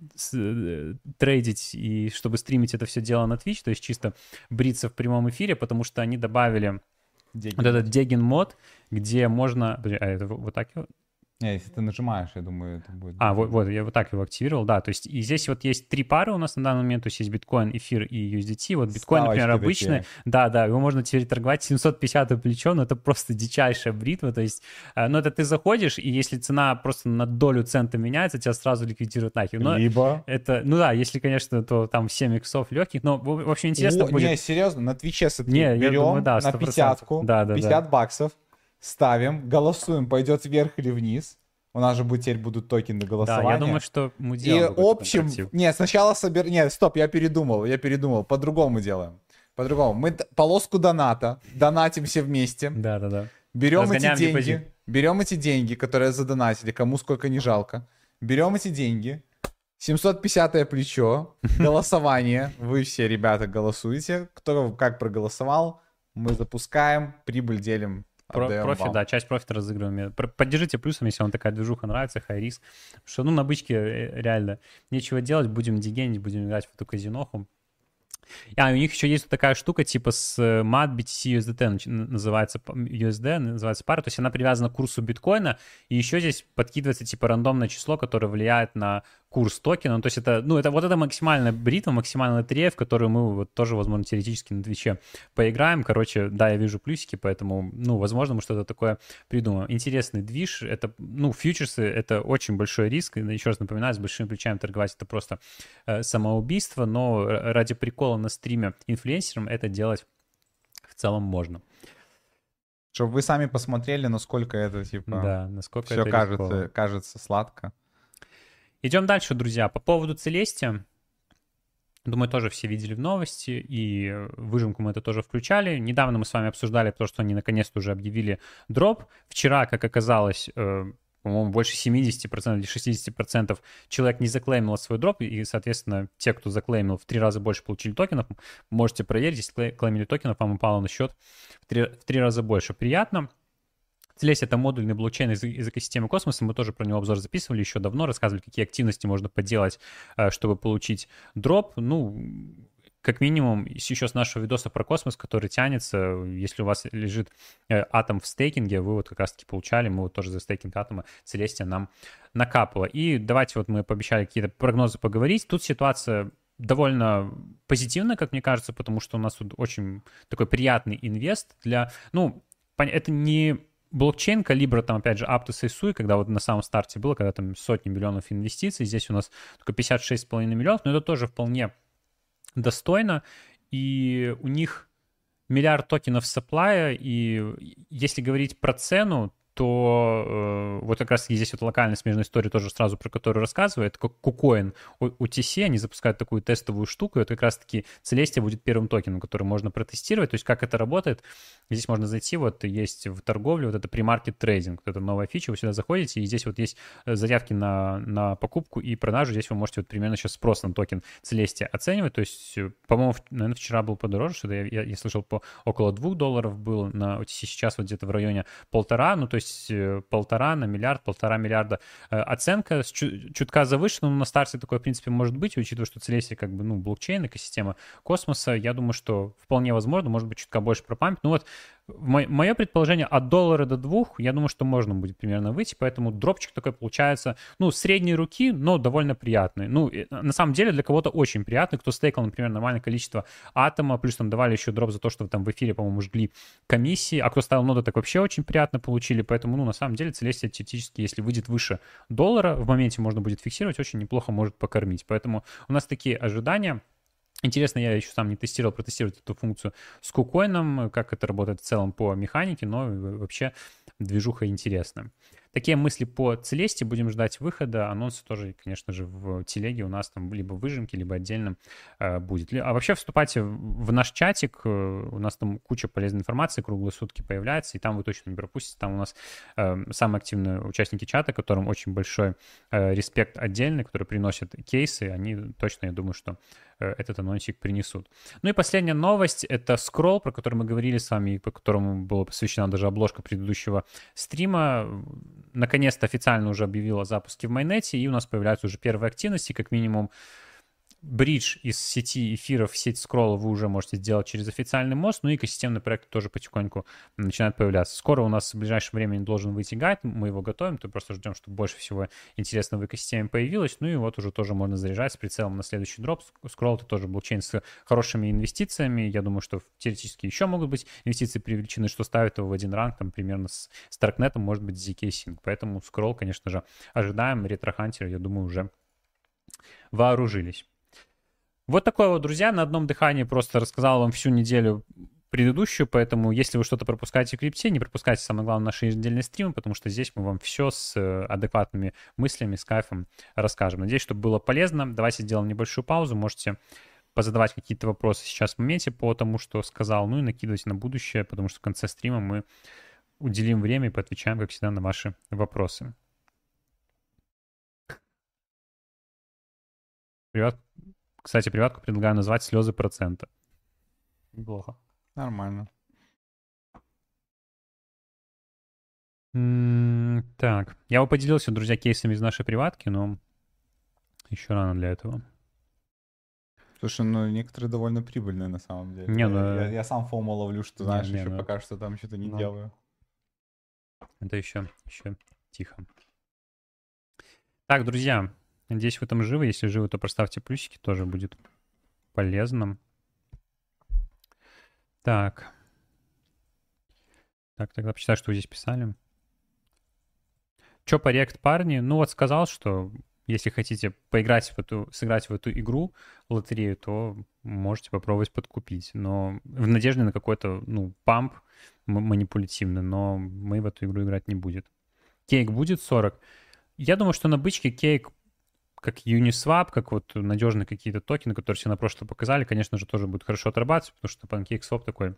трейдить и чтобы стримить это все дело на Twitch, то есть чисто бриться в прямом эфире, потому что они добавили вот этот дегин мод, где можно... Подожди, а это вот так? Не, если ты нажимаешь, я думаю, это будет... Вот, я вот так его активировал, да, то есть и здесь вот есть 3 пары у нас на данный момент, то есть есть биткоин, эфир и USDT, вот биткоин, например, обычный, да, его можно теперь торговать 750 плечо, но это просто дичайшая бритва, то есть, ну это ты заходишь, и если цена просто на долю цента меняется, тебя сразу ликвидируют нахер. Но либо... Это, ну да, если, конечно, то там 7 иксов легких, но в общем интересно будет... Не, серьезно, на Твиче берем думаю, да, на 50-ку, да, 50 баксов, ставим, голосуем, пойдет вверх или вниз. У нас же теперь будут токены голосования. Да, я думаю, что мы делаем. И общем... Не, сначала Нет, стоп, я передумал. По-другому делаем. По-другому. Мы полоску доната, донатим все вместе. Да. Берем эти деньги, которые задонатили, кому сколько не жалко. Берем эти деньги, 750-е плечо, голосование. Вы все, ребята, голосуете. Кто как проголосовал, мы запускаем, прибыль делим. Профит, да, часть профита разыгрываем. Поддержите плюсом, если вам такая движуха нравится, хай-риск. Что, ну, на бычке реально нечего делать, будем дегенить, будем играть в эту казиноху. У них еще есть такая штука, типа с MAT BTC USDT называется USD, называется пара, то есть она привязана к курсу биткоина, и еще здесь подкидывается типа рандомное число, которое влияет на курс токена, ну, то есть это, ну, это вот это максимальная бритва, максимальная лотерея, в которую мы вот тоже, возможно, теоретически на Твиче поиграем, короче, да, я вижу плюсики, поэтому, ну, возможно, мы что-то такое придумаем. Интересный движ, это, ну, фьючерсы, это очень большой риск, и еще раз напоминаю, с большими плечами торговать это просто самоубийство, но ради прикола на стриме инфлюенсерам это делать в целом можно. Чтобы вы сами посмотрели, насколько это, типа, да, насколько все это кажется сладко. Идем дальше, друзья. По поводу Целестия. Думаю, тоже все видели в новости, и выжимку мы это тоже включали. Недавно мы с вами обсуждали то, что они наконец-то уже объявили дроп. Вчера, как оказалось, по-моему, больше 70% или 60% человек не заклеймило свой дроп, и, соответственно, те, кто заклеймил, в 3 раза больше получили токенов. Можете проверить, если клеймили токенов, вам упало на счет в 3 раза больше. Приятно. Целестия — это модульный блокчейн из экосистемы Космоса. Мы тоже про него обзор записывали еще давно, рассказывали, какие активности можно поделать, чтобы получить дроп. Ну, как минимум, еще с нашего видоса про космос, который тянется, если у вас лежит атом в стейкинге, вы вот как раз-таки получали, мы вот тоже за стейкинг атома Целестия нам накапало. И давайте вот мы пообещали какие-то прогнозы поговорить. Тут ситуация довольно позитивная, как мне кажется, потому что у нас тут очень такой приятный инвест для... Ну, это не... блокчейн калибра, там, опять же, Aptos и Sui, когда вот на самом старте было, когда там сотни миллионов инвестиций, здесь у нас только 56,5 миллионов, но это тоже вполне достойно, и у них миллиард токенов сапплая, и если говорить про цену, то вот как раз здесь вот локальная смежная история тоже сразу про которую рассказываю. Это как KuCoin у TC, они запускают такую тестовую штуку, и вот как раз-таки Celestia будет первым токеном, который можно протестировать. То есть как это работает? Здесь можно зайти, вот есть в торговле вот это pre-market trading, вот это новая фича, вы сюда заходите, и здесь вот есть заявки на покупку и продажу. Здесь вы можете вот примерно сейчас спрос на токен Celestia оценивать. То есть, по-моему, наверное, вчера был подороже, что-то я слышал, по около $2 было на OTC, сейчас вот где-то в районе 1,5, ну то есть 1,5 на миллиард, 1,5 миллиарда. Оценка чутка завышена, но на старте такое, в принципе, может быть, учитывая, что Celestia как бы, ну, блокчейн, экосистема космоса, я думаю, что вполне возможно, может быть, чутка больше пропампить. Ну вот, мое предположение, от $1 до 2, я думаю, что можно будет примерно выйти, поэтому дропчик такой получается, ну, средней руки, но довольно приятный. Ну, на самом деле, для кого-то очень приятный, кто стейкал, например, нормальное количество атома, плюс там давали еще дроп за то, что там в эфире, по-моему, жгли комиссии, а кто ставил ноды, так вообще очень приятно получили, поэтому, ну, на самом деле, Celestia теоретически, если выйдет выше $1, в моменте можно будет фиксировать, очень неплохо может покормить, поэтому у нас такие ожидания. Интересно, я еще сам не тестировал, протестировать эту функцию с KuCoin, как это работает в целом по механике, но вообще движуха интересная. Такие мысли по Celestia, будем ждать выхода. Анонсы тоже, конечно же, в телеге у нас там либо в выжимке, либо отдельно будет. А вообще вступайте в наш чатик, у нас там куча полезной информации, круглые сутки появляется, и там вы точно не пропустите. Там у нас самые активные участники чата, которым очень большой респект отдельный, которые приносят кейсы, они точно, я думаю, что этот анонсик принесут. Ну и последняя новость — это Scroll, про который мы говорили с вами, и по которому была посвящена даже обложка предыдущего стрима. Наконец-то официально уже объявила о запуске в майонете, и у нас появляются уже первые активности, как минимум бридж из сети эфиров в сеть скролла вы уже можете сделать через официальный мост, ну и экосистемные проекты тоже потихоньку начинают появляться. Скоро у нас в ближайшем времени должен выйти гайд, мы его готовим, то просто ждем, чтобы больше всего интересного в экосистеме появилось, ну и вот уже тоже можно заряжать с прицелом на следующий дроп. Скролл — это тоже блокчейн с хорошими инвестициями, я думаю, что теоретически еще могут быть инвестиции привлечены, что ставит его в один ранг, там примерно с Старкнетом, может быть, с ZK Sync, поэтому скролл, конечно же, ожидаем, ретро-хантеры, я думаю, уже вооружились. Вот такое вот, друзья, на одном дыхании просто рассказал вам всю неделю предыдущую, поэтому если вы что-то пропускаете в крипте, не пропускайте, самое главное, наши еженедельные стримы, потому что здесь мы вам все с адекватными мыслями, с кайфом расскажем. Надеюсь, что было полезно. Давайте сделаем небольшую паузу, можете позадавать какие-то вопросы сейчас в моменте по тому, что сказал, ну и накидывать на будущее, потому что в конце стрима мы уделим время и поотвечаем, как всегда, на ваши вопросы. Привет. Кстати, приватку предлагаю назвать «Слезы процента». Неплохо. Нормально. Так, я бы поделился, друзья, кейсами из нашей приватки, но еще рано для этого. Слушай, ну некоторые довольно прибыльные на самом деле. Не, ну, я сам фомо ловлю, что, знаешь, не, еще ну, пока что там что-то не ну. делаю. Это еще тихо. Так, друзья, надеюсь, вы там живы. Если живы, то проставьте плюсики, тоже будет полезно. Так, тогда почитаю, что вы здесь писали. Чё по React, парни? Ну вот сказал, что если хотите поиграть сыграть в эту игру, в лотерею, то можете попробовать подкупить. Но в надежде на какой-то, ну, памп манипулятивный, но мы в эту игру играть не будем. Кейк будет 40. Я думаю, что на бычке кейк, как Uniswap, как вот надежные какие-то токены, которые все на прошлое показали, конечно же, тоже будет хорошо отрабатывать, потому что PancakeSwap такой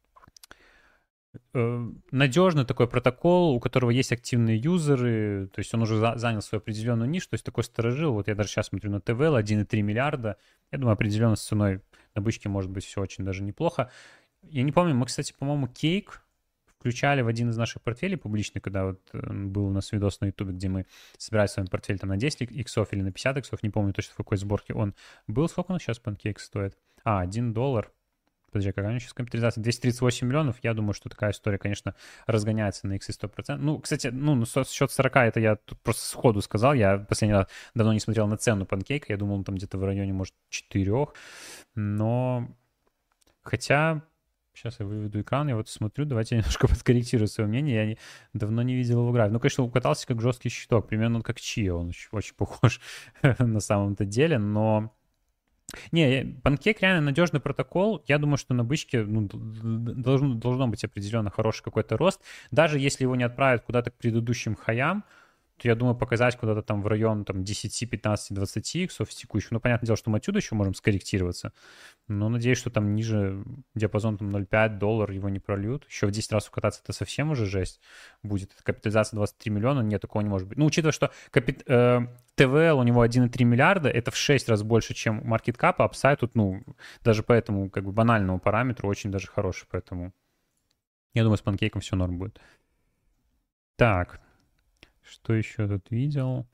надежный такой протокол, у которого есть активные юзеры, то есть он уже занял свою определенную нишу, то есть такой сторожил. Вот я даже сейчас смотрю на ТВЛ, 1,3 миллиарда. Я думаю, определенно с ценой на бычке может быть все очень даже неплохо. Я не помню, мы, кстати, по-моему, кейк включали в один из наших портфелей публичный, когда вот был у нас видос на ютубе, где мы собирали с вами портфель там на 10 иксов или на 50 иксов, не помню точно в какой сборке он был. Сколько он сейчас Pancake стоит? $1. Подожди, какая у него сейчас капитализация? 238 миллионов. Я думаю, что такая история, конечно, разгоняется на иксы 100%. Ну, кстати, ну, счет 40, это я тут просто сходу сказал. Я последний раз давно не смотрел на цену панкейка. Я думал, он там где-то в районе, может, 4. Но хотя... Сейчас я выведу экран, я вот смотрю, давайте я немножко подкорректирую свое мнение. Я давно не видел его график. Ну, конечно, укатался как жесткий щиток, примерно как Чио. Он очень похож на самом-то деле, но... Не, Pancake реально надежный протокол. Я думаю, что на бычке ну, должно быть определенно хороший какой-то рост. Даже если его не отправят куда-то к предыдущим хаям, то я думаю, показать куда-то там в район там, 10, 15, 20 иксов текущих. Ну, понятное дело, что мы отсюда еще можем скорректироваться. Но надеюсь, что там ниже диапазон там 0,5 доллар его не прольют. Еще в 10 раз укататься это совсем уже жесть будет. Это капитализация 23 миллиона, нет, такого не может быть. Ну, учитывая, что ТВЛ у него 1,3 миллиарда, это в 6 раз больше, чем market cap, а апсайд тут, ну, даже по этому как бы банальному параметру очень даже хороший, поэтому я думаю, с панкейком все норм будет. Так, что еще тут видел?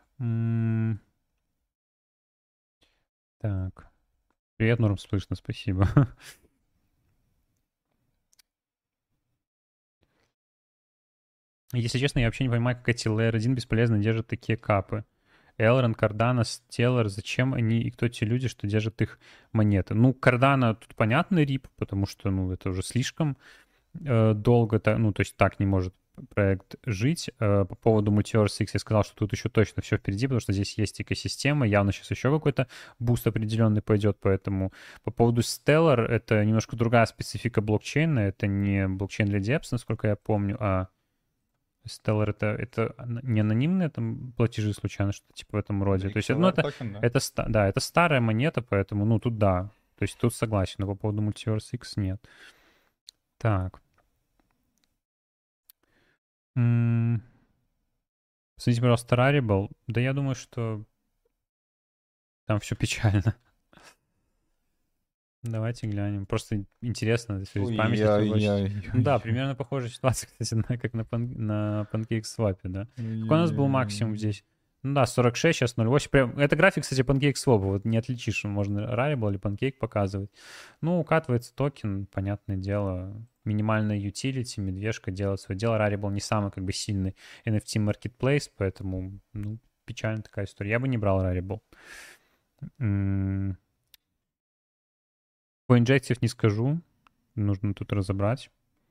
Так. Привет, норм слышно, спасибо. Если честно, я вообще не понимаю, как эти Layer 1 бесполезно держат такие капы. Элрон, Кардана, Стеллар, зачем они и кто те люди, что держат их монеты? Ну, Кардана тут понятный рип, потому что, ну, это уже слишком долго, ну, то есть так не может проект жить. По поводу Multiverse X я сказал, что тут еще точно все впереди, потому что здесь есть экосистема, явно сейчас еще какой-то буст определенный пойдет, поэтому по поводу Stellar это немножко другая специфика блокчейна, это не блокчейн для Depps, насколько я помню, а Stellar это не анонимные там платежи случайно, что типа в этом роде. То есть, ну, это старая монета, поэтому, ну, тут да. То есть тут согласен, но по поводу Multiverse X нет. Так. Посмотрите, пожалуйста, Rarible. Да я думаю, что там все печально. Давайте глянем. Просто интересно, если память. Да, примерно похожая ситуация, кстати, как на PancakeSwap, да. Какой у нас был максимум здесь? Ну да, 46, сейчас 0,8. Прям, это график, кстати, PancakeSwap. Вот не отличишь, можно Rarible или Pancake показывать. Ну, укатывается токен, понятное дело. Минимальная utility, медвежка делает свое дело. Rarible не самый как бы сильный NFT marketplace, поэтому, ну, печальная такая история. Я бы не брал Rarible. По Injective не скажу. Нужно тут разобрать.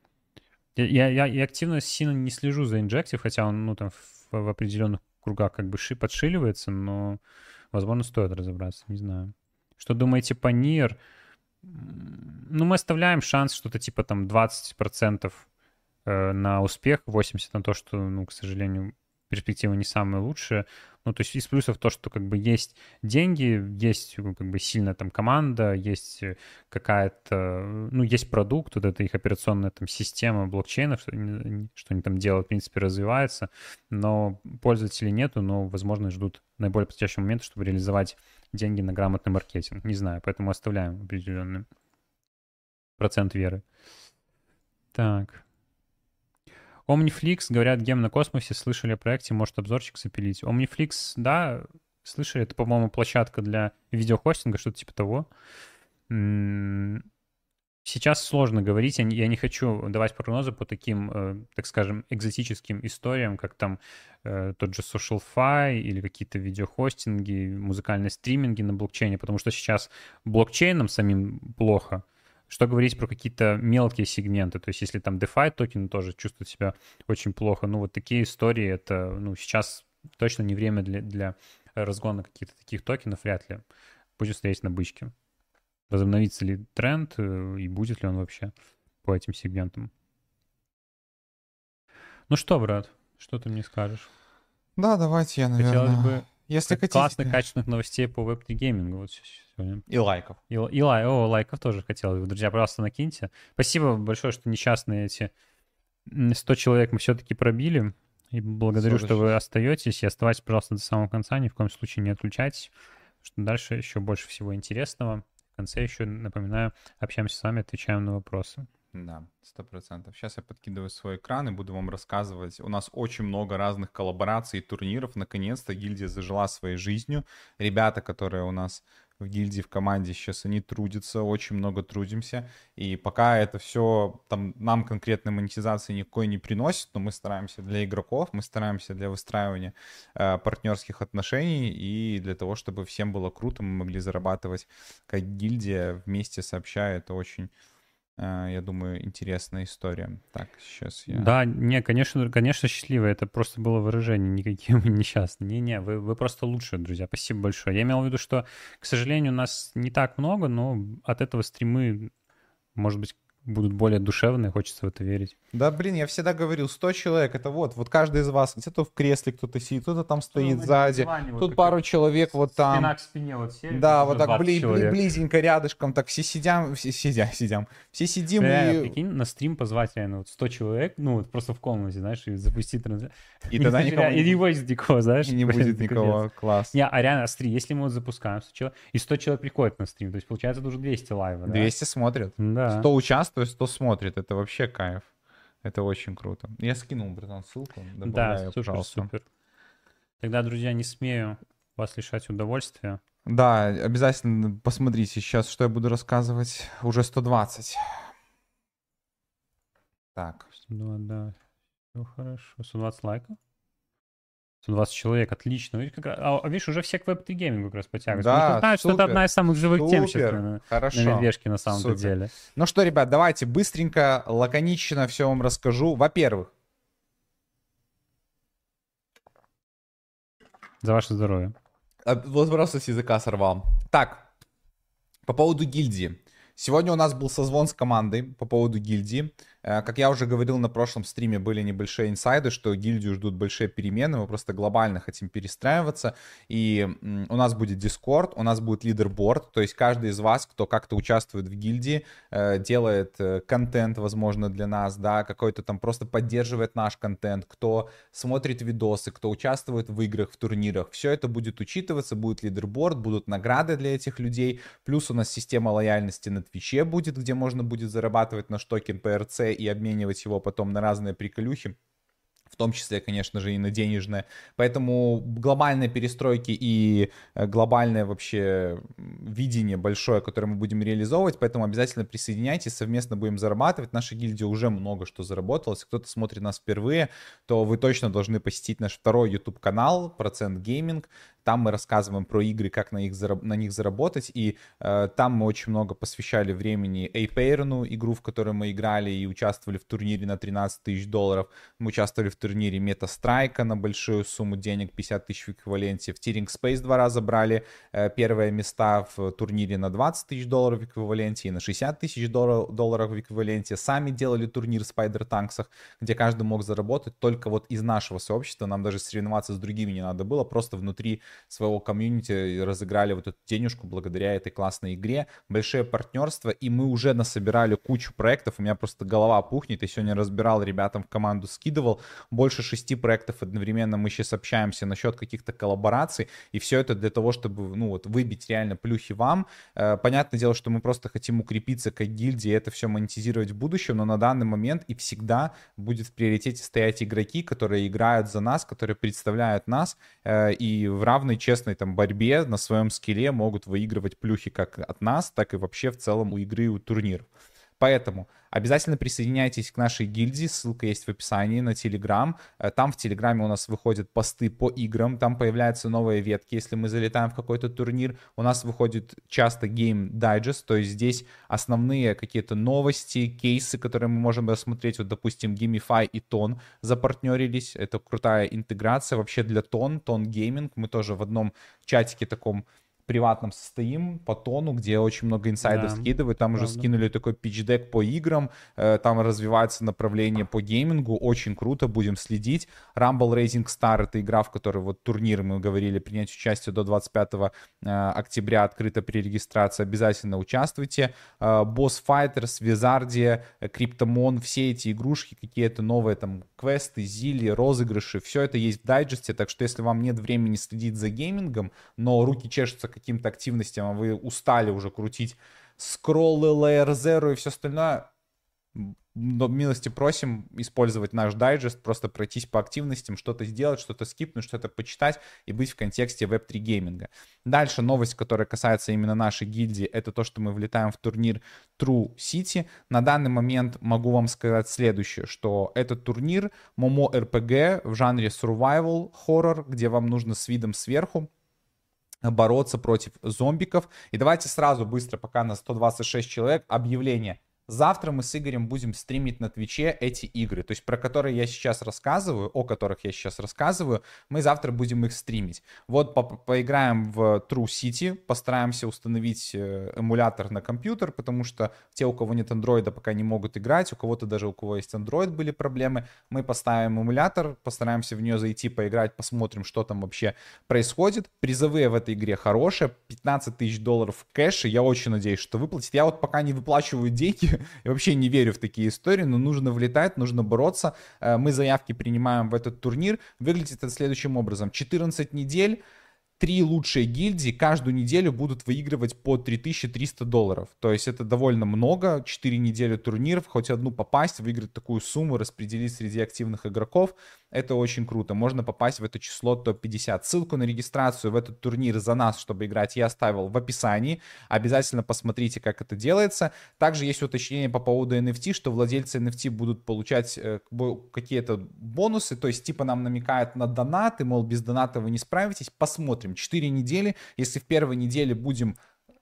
Я активно сильно не слежу за Injective, хотя он, ну, там, в определенных кругах как бы подшиливается, но, возможно, стоит разобраться, не знаю. Что думаете по NIR? Ну, мы оставляем шанс что-то типа там 20% на успех, 80% на то, что, ну, к сожалению, перспектива не самая лучшая. Ну, то есть из плюсов то, что как бы есть деньги, есть как бы сильная там команда, есть какая-то, ну, есть продукт, вот эта их операционная там система блокчейна, что они там делают, в принципе, развивается, но пользователей нету, но, возможно, ждут наиболее подходящего момента, чтобы реализовать деньги на грамотный маркетинг. Не знаю, поэтому оставляем определенный процент веры. Так. Omniflix, говорят, гем на космосе, слышали о проекте, может обзорчик запилить. Omniflix, да, слышали, это, по-моему, площадка для видеохостинга, что-то типа того. Сейчас сложно говорить, я не хочу давать прогнозы по таким, так скажем, экзотическим историям, как там тот же SocialFi или какие-то видеохостинги, музыкальные стриминги на блокчейне, потому что сейчас блокчейном самим плохо. Что говорить про какие-то мелкие сегменты, то есть если там DeFi токен тоже чувствует себя очень плохо, ну вот такие истории, это, ну, сейчас точно не время для разгона каких-то таких токенов, вряд ли. Будем стоять на бычке. Возобновится ли тренд и будет ли он вообще по этим сегментам. Ну что, брат, что ты мне скажешь? Да, давайте я, наверное... Хотелось бы если хотите... классных, качественных новостей по Web3 геймингу вот сегодня. И лайков. Лайков тоже хотелось бы. Друзья, пожалуйста, накиньте. Спасибо большое, что несчастные эти 100 человек мы все-таки пробили. И благодарю, что вы остаетесь. И оставайтесь, пожалуйста, до самого конца. Ни в коем случае не отключайтесь, что дальше еще больше всего интересного. В конце еще, напоминаю, общаемся с вами, отвечаем на вопросы. Да, 100%. Сейчас я подкидываю свой экран и буду вам рассказывать. У нас очень много разных коллабораций и турниров. Наконец-то гильдия зажила своей жизнью. Ребята, которые у нас в гильдии, в команде сейчас, они трудятся, очень много трудимся. И пока это все там нам конкретной монетизации никакой не приносит, но мы стараемся для игроков, мы стараемся для выстраивания партнерских отношений и для того, чтобы всем было круто, мы могли зарабатывать как гильдия вместе сообща. Это очень Я думаю, интересная история. Так, сейчас я... Да, не, конечно, счастливо. Это просто было выражение, никакие мы несчастные. Не-не, вы просто лучшие, друзья. Спасибо большое. Я имел в виду, что, к сожалению, нас не так много, но от этого стримы, может быть, будут более душевные, хочется в это верить. Да, блин, я всегда говорил, 100 человек, это вот каждый из вас, где-то в кресле кто-то сидит, кто-то там стоит сзади, тут пару человек вот там. Спина к спине вот сели, Да, тут вот уже так 20 человек. близенько рядышком, так все сидим, все сидим Реально, и... прикинь, на стрим позвать реально вот 100 человек, ну вот просто в комнате, знаешь, и запустить трансляцию. И тогда никого И не будет никого, знаешь. и не блин, будет это никого, капец. класс. Не, а реально стрим, если мы вот запускаем 100 человек, и 100 человек приходит на стрим, то есть получается это уже 200 лайва, да? 200 смотрят, Да. 100 участвует, 100 смотрит, это вообще кайф. Это очень круто. Я скинул, братан, ссылку, Да, добавляю, супер, пожалуйста. супер. Тогда, друзья, не смею вас лишать удовольствия. Да, обязательно посмотрите сейчас, что я буду рассказывать. Уже 120. Так. Да, все хорошо. 120 лайков. 120 человек, отлично. Видишь, видишь, уже все к Web3 геймингу как раз подтягиваются. Да, Потому что знают, что это супер, одна из самых живых тем сейчас супер, на хорошо, медвежке на самом-то супер. деле. Ну что, ребят, давайте быстренько, лаконично все вам расскажу. Во-первых, За ваше здоровье. вот просто с языка сорвал. Так, по поводу гильдии. Сегодня у нас был созвон с командой по поводу гильдии. Как я уже говорил на прошлом стриме, были небольшие инсайды, что гильдию ждут большие перемены. Мы просто глобально хотим перестраиваться. И у нас будет Discord, у нас будет лидерборд. То есть каждый из вас, кто как-то участвует в гильдии, делает контент, возможно, для нас, да, какой-то там просто поддерживает наш контент, кто смотрит видосы, кто участвует в играх, в турнирах. Все это будет учитываться, будет лидерборд, будут награды для этих людей. Плюс у нас система лояльности на Твиче будет, где можно будет зарабатывать наш токен PRC и обменивать его потом на разные приколюхи, в том числе, конечно же, и на денежное. Поэтому глобальные перестройки и глобальное вообще видение большое, которое мы будем реализовывать, поэтому обязательно присоединяйтесь, совместно будем зарабатывать. Наша гильдия уже много что заработала. Если кто-то смотрит нас впервые, то вы точно должны посетить наш второй YouTube-канал «Процент Гейминг». Там мы рассказываем про игры, как на них заработать, и там мы очень много посвящали времени Эйпейрону, игру, в которой мы играли и участвовали в турнире на 13 тысяч долларов. Мы участвовали в турнире Метастрайка на большую сумму денег, 50 тысяч в эквиваленте. В Тиринг Спейс 2 раза брали первые места в турнире на 20 тысяч долларов в эквиваленте и на 60 тысяч долларов в эквиваленте. Сами делали турнир в Spider Tanks, где каждый мог заработать только вот из нашего сообщества. Нам даже соревноваться с другими не надо было, просто внутри своего комьюнити разыграли вот эту денежку благодаря этой классной игре. Большое партнерство, и мы уже насобирали кучу проектов. У меня просто голова пухнет. Я сегодня разбирал, ребятам в команду скидывал. Больше 6 проектов одновременно мы сейчас общаемся насчет каких-то коллабораций. И все это для того, чтобы, ну вот, выбить реально плюхи вам. Понятное дело, что мы просто хотим укрепиться как гильдия и это все монетизировать в будущем, но на данный момент и всегда будет в приоритете стоять игроки, которые играют за нас, которые представляют нас и в равной честной там борьбе на своем скилле могут выигрывать плюхи как от нас, так и вообще в целом у игры и у турниров. Поэтому обязательно присоединяйтесь к нашей гильдии, ссылка есть в описании на Телеграм. Там в Телеграме у нас выходят посты по играм, там появляются новые ветки, если мы залетаем в какой-то турнир. У нас выходит часто Game Digest, то есть здесь основные какие-то новости, кейсы, которые мы можем рассмотреть. Вот, допустим, Gamify и Тон запартнерились, это крутая интеграция вообще для Тон Gaming. Мы тоже в одном чатике таком приватном состоим по Тону, где очень много инсайдов скидывают. Там уже скинули такой питч-дек по играм, там развивается направление по геймингу, очень круто, будем следить. Rumble Racing Star — это игра, в которой вот турнир, мы говорили, принять участие до 25 октября, открыто при регистрации, обязательно участвуйте. Boss Fighters, Wizardia, Cryptomon, все эти игрушки, какие-то новые там квесты, зили, розыгрыши, все это есть в дайджесте, так что если вам нет времени следить за геймингом, но руки чешутся каким-то активностям, а вы устали уже крутить скроллы, Layer Zero и все остальное, милости просим использовать наш дайджест, просто пройтись по активностям, что-то сделать, что-то скипнуть, что-то почитать и быть в контексте Web3 гейминга. Дальше новость, которая касается именно нашей гильдии, это то, что мы влетаем в турнир True City. На данный момент могу вам сказать следующее, что этот турнир Momo RPG в жанре survival horror, где вам нужно с видом сверху бороться против зомбиков. И давайте сразу быстро, пока на 126 человек, объявление. Завтра мы с Игорем будем стримить на Твиче эти игры, то есть про которые я сейчас рассказываю, о которых я сейчас рассказываю, мы завтра будем их стримить. Вот поиграем в True City, постараемся установить эмулятор на компьютер, потому что те, у кого нет андроида, пока не могут играть, у кого-то даже у кого есть андроид были проблемы. Мы поставим эмулятор, постараемся в нее зайти, поиграть, посмотрим, что там вообще происходит. Призовые в этой игре хорошие, $15 тысяч в кэше, я очень надеюсь, что выплатит. Я вот пока не выплачиваю деньги, я вообще не верю в такие истории, но нужно влетать, нужно бороться. Мы заявки принимаем в этот турнир. Выглядит это следующим образом. 14 недель, 3 лучшие гильдии каждую неделю будут выигрывать по $3300. То есть это довольно много. 4 недели турниров, хоть одну попасть, выиграть такую сумму, распределить среди активных игроков. Это очень круто. Можно попасть в это число топ-50. Ссылку на регистрацию в этот турнир за нас, чтобы играть, я оставил в описании. Обязательно посмотрите, как это делается. Также есть уточнение по поводу NFT, что владельцы NFT будут получать какие-то бонусы. То есть типа нам намекают на донаты, мол, без доната вы не справитесь. Посмотрим. 4 недели. Если в первой неделе будем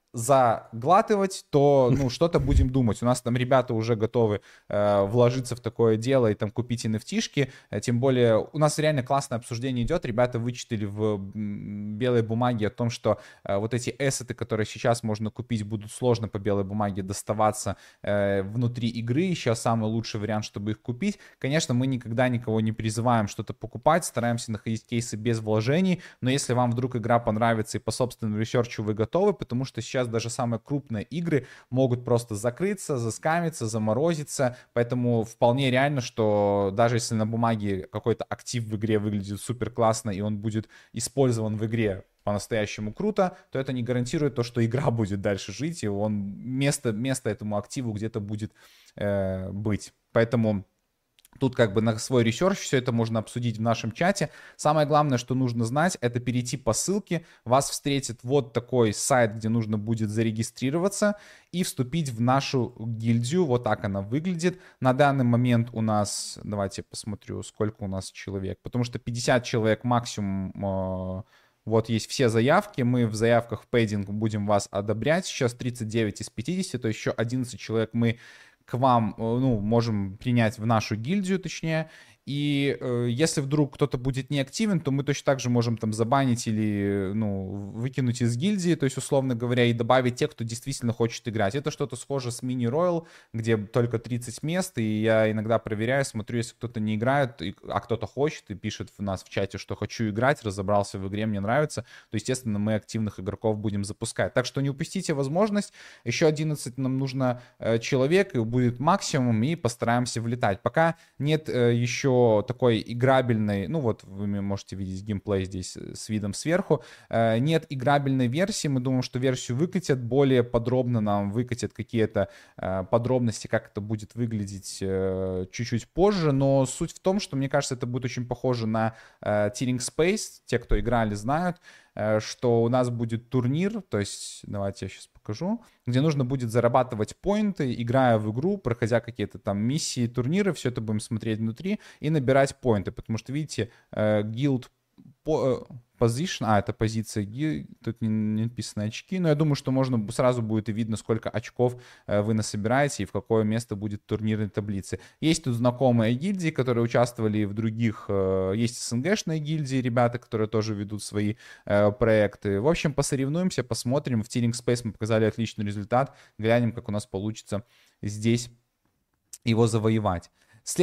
заглатывать, то, ну, что-то будем думать. У нас там ребята уже готовы вложиться в такое дело и там купить NFT-шки. Тем более, у нас реально классное обсуждение идет. Ребята вычитали в белой бумаге о том, что вот эти эссеты, которые сейчас можно купить, будут сложно по белой бумаге доставаться внутри игры. Сейчас самый лучший вариант, чтобы их купить. Конечно, мы никогда никого не призываем что-то покупать, стараемся находить кейсы без вложений, но если вам вдруг игра понравится и по собственному ресерчу вы готовы, потому что сейчас даже самые крупные игры могут просто закрыться, заскамиться, заморозиться, поэтому вполне реально, что даже если на бумаге какой-то актив в игре выглядит супер классно и он будет использован в игре по-настоящему круто, то это не гарантирует то, что игра будет дальше жить, и он место этому активу где-то будет быть. Поэтому тут как бы на свой ресерч все это можно обсудить в нашем чате. Самое главное, что нужно знать, это перейти по ссылке. Вас встретит вот такой сайт, где нужно будет зарегистрироваться и вступить в нашу гильдию. Вот так она выглядит. На данный момент у нас, давайте я посмотрю, сколько у нас человек. Потому что 50 человек максимум. Вот есть все заявки, мы в заявках в пейдинг будем вас одобрять. Сейчас 39 из 50, то есть еще 11 человек мы к вам, ну, можем принять в нашу гильдию, точнее. И если вдруг кто-то будет неактивен, то мы точно так же можем там забанить или, ну, выкинуть из гильдии, то есть, условно говоря, и добавить тех, кто действительно хочет играть. Это что-то схоже с мини-роял, где только 30 мест, и я иногда проверяю, смотрю, если кто-то не играет, а кто-то хочет и пишет в нас в чате, что хочу играть, разобрался в игре, мне нравится, то, естественно, мы активных игроков будем запускать. Так что не упустите возможность. Еще 11 нам нужно человек, и будет максимум, и постараемся влетать. Пока нет еще такой играбельной, ну вот вы можете видеть геймплей здесь с видом сверху, нет играбельной версии, мы думаем, что версию выкатят, более подробно нам выкатят какие-то подробности, как это будет выглядеть чуть-чуть позже, но суть в том, что мне кажется, это будет очень похоже на Tearing Space, те, кто играли, знают, что у нас будет турнир, то есть, давайте я сейчас покажу, где нужно будет зарабатывать поинты, играя в игру, проходя какие-то там миссии, турниры, все это будем смотреть внутри и набирать поинты, потому что, видите, guild position, это позиция, тут не написано очки, но я думаю, что можно сразу будет и видно, сколько очков вы насобираете и в какое место будет в турнирной таблице. Есть тут знакомые гильдии, которые участвовали в других, есть СНГшные гильдии, ребята, которые тоже ведут свои проекты. В общем, посоревнуемся, посмотрим. В Tearing Space мы показали отличный результат, глянем, как у нас получится здесь его завоевать.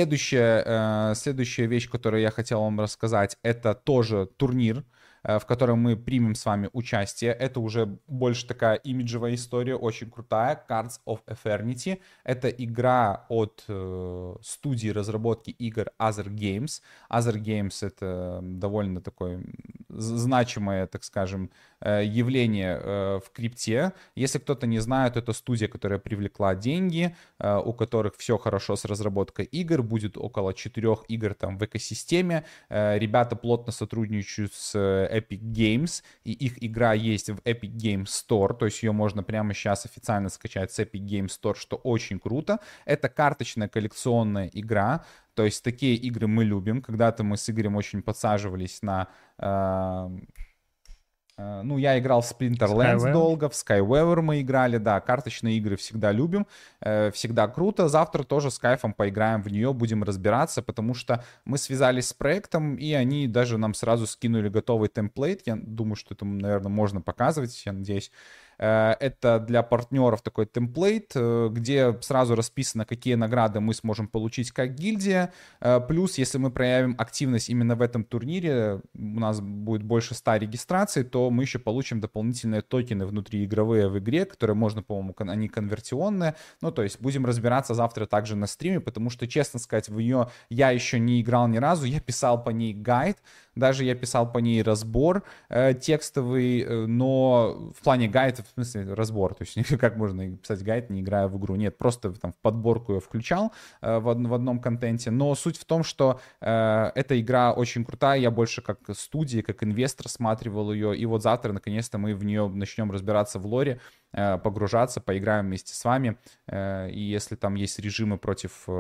Следующая вещь, которую я хотел вам рассказать, это тоже турнир, в котором мы примем с вами участие. Это уже больше такая имиджевая история, очень крутая. Cards of Eternity. Это игра от студии разработки игр Other Games. Other Games — это довольно такое значимое, так скажем, явление в крипте. Если кто-то не знает, это студия, которая привлекла деньги, у которых все хорошо с разработкой игр. Будет около 4 игр там в экосистеме. Ребята плотно сотрудничают с Epic Games, и их игра есть в Epic Games Store, то есть ее можно прямо сейчас официально скачать с Epic Games Store, что очень круто. Это карточная коллекционная игра, то есть такие игры мы любим. Когда-то мы с Игорем очень подсаживались на Ну, я играл в Splinterlands Skyward. долго, в Skyweaver мы играли, да, карточные игры всегда любим, всегда круто. Завтра тоже с кайфом поиграем в нее, будем разбираться, потому что мы связались с проектом, и они даже нам сразу скинули готовый темплейт. Я думаю, что это, наверное, можно показывать, я надеюсь. Это для партнеров такой темплейт, где сразу расписано, какие награды мы сможем получить как гильдия. Плюс, если мы проявим активность именно в этом турнире, у нас будет больше 100 регистраций, то мы еще получим дополнительные токены внутриигровые в игре, которые можно, по-моему, они конвертионные. Ну, то есть будем разбираться завтра также на стриме, потому что, честно сказать, в нее я еще не играл ни разу. Я писал по ней гайд, даже я писал по ней разбор текстовый, но в плане гайда, в смысле разбор, то есть как можно писать гайд, не играя в игру, нет, просто там в подборку я включал в одном контенте, но суть в том, что эта игра очень крутая, я больше как студия, как инвестор рассматривал ее, и вот завтра наконец-то мы в нее начнем разбираться в лоре, погружаться, поиграем вместе с вами, и если там есть режимы против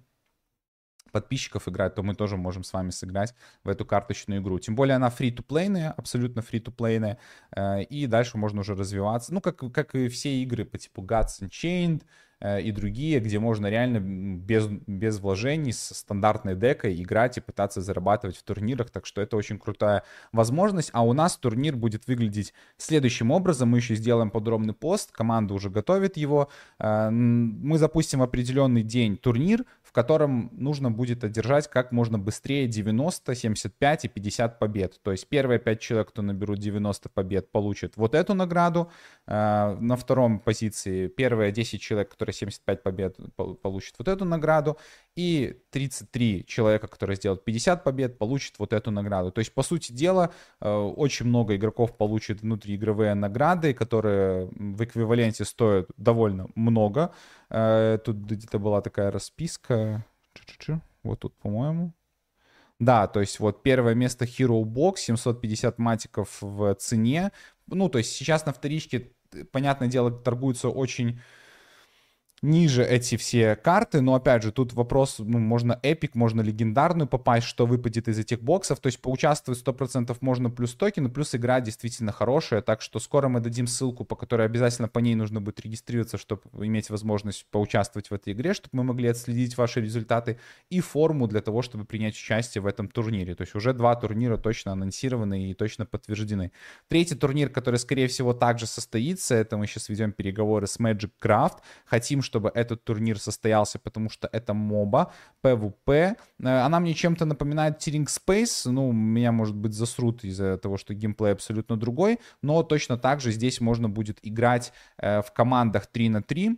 подписчиков играть, то мы тоже можем с вами сыграть в эту карточную игру. Тем более она фри-то-плейная, абсолютно фри-то-плейная, и дальше можно уже развиваться. Ну, как и все игры по типу Gods Unchained и другие, где можно реально без вложений с стандартной декой играть и пытаться зарабатывать в турнирах. Так что это очень крутая возможность. А у нас турнир будет выглядеть следующим образом. Мы еще сделаем подробный пост, команда уже готовит его. Мы запустим в определенный день турнир, в котором нужно будет одержать как можно быстрее 90, 75 и 50 побед. То есть первые 5 человек, кто наберут 90 побед, получат вот эту награду. На втором позиции первые 10 человек, которые 75 побед, получат вот эту награду. И 33 человека, которые сделают 50 побед, получат вот эту награду. То есть, по сути дела, очень много игроков получат внутриигровые награды, которые в эквиваленте стоят довольно много. Тут где-то была такая расписка. Вот тут, по-моему. Да, то есть вот первое место Hero Box, 750 матиков в цене. Ну, то есть сейчас на вторичке, понятное дело, торгуются очень ниже эти все карты, но опять же тут вопрос, ну, можно эпик, можно легендарную попасть, что выпадет из этих боксов, то есть поучаствовать 100% можно плюс токены, плюс игра действительно хорошая, так что скоро мы дадим ссылку, по которой обязательно по ней нужно будет регистрироваться, чтобы иметь возможность поучаствовать в этой игре, чтобы мы могли отследить ваши результаты, и форму для того, чтобы принять участие в этом турнире, то есть уже 2 турнира точно анонсированы и точно подтверждены. Третий турнир, который скорее всего также состоится, это мы сейчас ведем переговоры с Magic Craft, хотим, чтобы этот турнир состоялся, потому что это моба, PvP. Она мне чем-то напоминает Tearing Space, ну, меня, может быть, засрут из-за того, что геймплей абсолютно другой, но точно так же здесь можно будет играть в командах 3 на 3,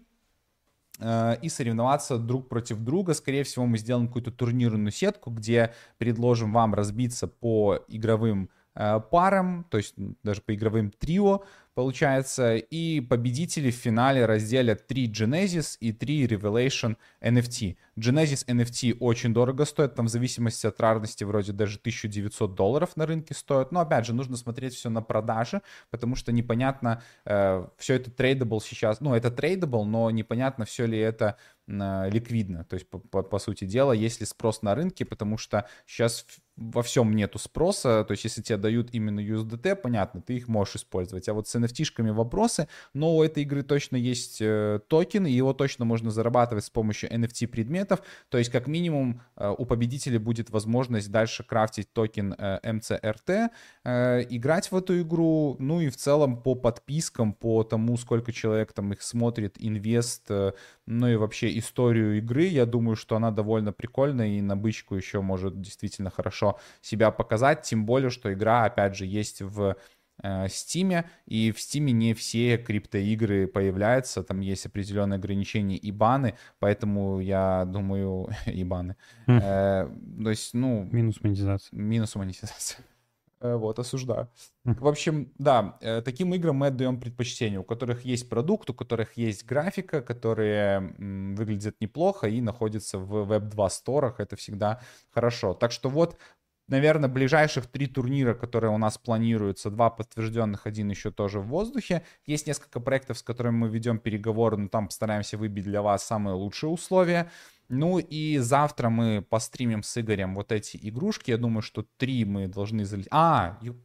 и соревноваться друг против друга. Скорее всего, мы сделаем какую-то турнирную сетку, где предложим вам разбиться по игровым парам, то есть даже по игровым трио, получается, и победители в финале разделят 3 Genesis и 3 Revelation NFT. Genesis NFT очень дорого стоит, там в зависимости от рарности вроде даже $1900 на рынке стоит, но опять же нужно смотреть все на продаже, потому что непонятно, все это трейдабл сейчас, ну это трейдабл, но непонятно, все ли это ликвидно, то есть по сути дела, есть ли спрос на рынке, потому что сейчас во всем нету спроса, то есть если тебе дают именно USDT, понятно, ты их можешь использовать, а вот с NFT-шками вопросы, но у этой игры точно есть токен, и его точно можно зарабатывать с помощью NFT-предметов, то есть как минимум у победителей будет возможность дальше крафтить токен MCRT, играть в эту игру, ну и в целом по подпискам, по тому, сколько человек там их смотрит, инвест, ну и вообще историю игры, я думаю, что она довольно прикольная и на бычку еще может действительно хорошо себя показать, тем более, что игра, опять же, есть в Steam, и в Steam не все криптоигры появляются, там есть определенные ограничения и баны, поэтому я думаю, и баны. То есть, ну... Минус монетизация. Минус монетизация. Вот, осуждаю. В общем, да, таким играм мы отдаем предпочтение, у которых есть продукт, у которых есть графика, которые выглядят неплохо и находятся в Web2 сторах, это всегда хорошо. Так что вот, наверное, ближайших 3 турнира, которые у нас планируются, 2 подтвержденных, 1 еще тоже в воздухе. Есть несколько проектов, с которыми мы ведем переговоры, но там постараемся выбить для вас самые лучшие условия. Ну и завтра мы постримим с Игорем вот эти игрушки. Я думаю, что 3 мы должны залить.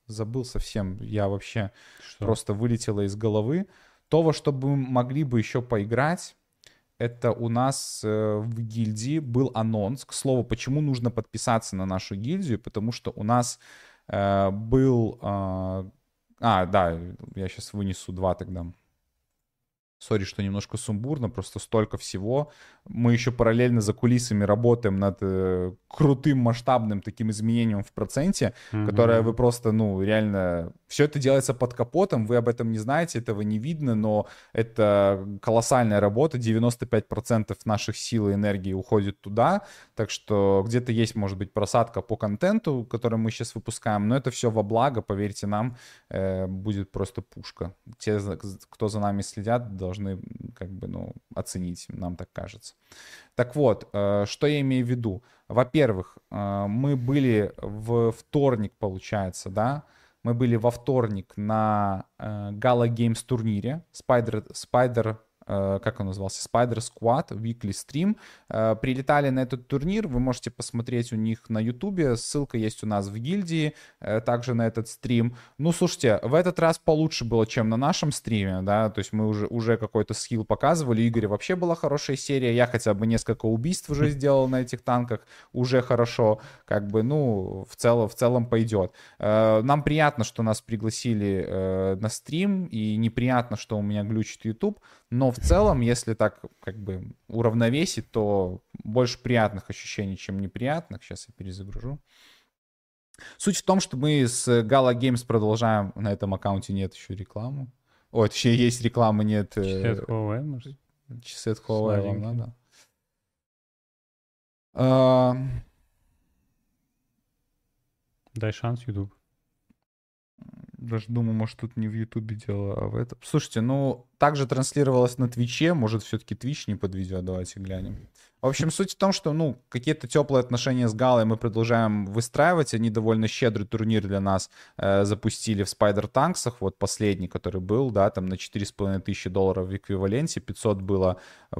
забыл совсем, я вообще Что? просто вылетело из головы. То, во что бы мы могли бы еще поиграть, это у нас в гильдии был анонс. К слову, почему нужно подписаться на нашу гильдию? Потому что у нас был... да, я сейчас вынесу два тогда. Сори, что немножко сумбурно, просто столько всего. Мы еще параллельно за кулисами работаем над крутым масштабным таким изменением в проценте, которое вы просто, ну, реально... Все это делается под капотом, вы об этом не знаете, этого не видно, но это колоссальная работа, 95% наших сил и энергии уходит туда, так что где-то есть, может быть, просадка по контенту, который мы сейчас выпускаем, но это все во благо, поверьте нам, будет просто пушка. Те, кто за нами следят, должны как бы, ну, оценить, нам так кажется. Так вот, что я имею в виду? Во-первых, мы были в вторник, получается, да? Мы были во вторник на Gala Games турнире Spider, как он назывался, Spider Squad Weekly Stream. Прилетали на этот турнир, вы можете посмотреть у них на ютубе, ссылка есть у нас в гильдии, также на этот стрим. Ну, слушайте, в этот раз получше было, чем на нашем стриме, да, то есть мы уже какой-то скилл показывали, у Игоря вообще была хорошая серия, я хотя бы несколько убийств уже сделал на этих танках, уже хорошо, как бы, ну, в целом пойдет. Нам приятно, что нас пригласили на стрим, и неприятно, что у меня глючит YouTube, но в целом, если так как бы уравновесить, то больше приятных ощущений, чем неприятных. Сейчас я перезагружу. Суть в том, что мы с Gala Games продолжаем. На этом аккаунте нет еще рекламы. Ой, точнее, есть реклама, нет... Часы от Huawei, может? Часы от Huawei вам Сладенькие. надо? А, Дай шанс, YouTube. Даже думаю, может, тут не в Ютубе дело, а в этом. Слушайте, ну, также транслировалось на Твиче, может, все-таки Твич не подведет, давайте глянем. В общем, суть в том, что, ну, какие-то теплые отношения с Галой мы продолжаем выстраивать. Они довольно щедрый турнир для нас запустили в Spider Tanks, вот последний, который был, да, там на $4500 в эквиваленте, 500 было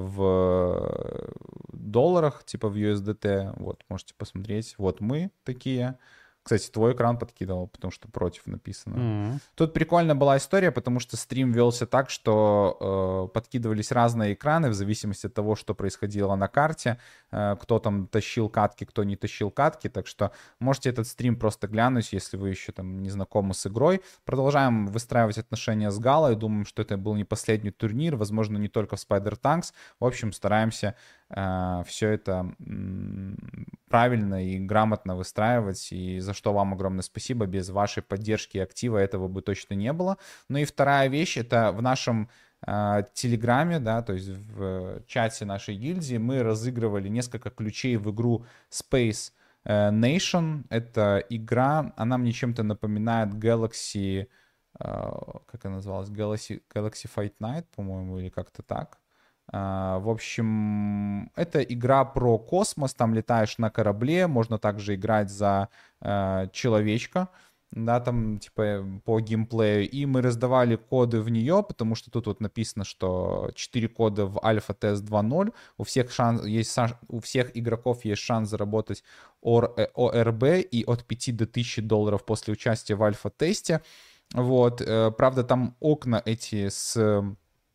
в долларах, типа в USDT, вот, можете посмотреть. Вот мы такие. Кстати, твой экран подкидывал, потому что против написано. Тут прикольная была история, потому что стрим велся так, что подкидывались разные экраны в зависимости от того, что происходило на карте, кто там тащил катки, кто не тащил катки, так что можете этот стрим просто глянуть, если вы еще там не знакомы с игрой. Продолжаем выстраивать отношения с Галой, думаем, что это был не последний турнир, возможно, не только в Spider Tanks. В общем, стараемся все это правильно и грамотно выстраивать, и за что вам огромное спасибо. Без вашей поддержки и актива этого бы точно не было. Ну и вторая вещь, это в нашем Телеграме, да, то есть в чате нашей гильдии мы разыгрывали несколько ключей в игру Space Nation. Это игра, она мне чем-то напоминает Galaxy, как она называлась, Galaxy Fight Night, по-моему, или как-то так. В общем, это игра про космос, там летаешь на корабле, можно также играть за человечка, да, там, типа, по геймплею, и мы раздавали коды в нее, потому что тут вот написано, что 4 кода в альфа-тест 2.0, у всех игроков есть шанс заработать ОРБ и от 5 до $1000 после участия в альфа-тесте, вот, правда, там окна эти с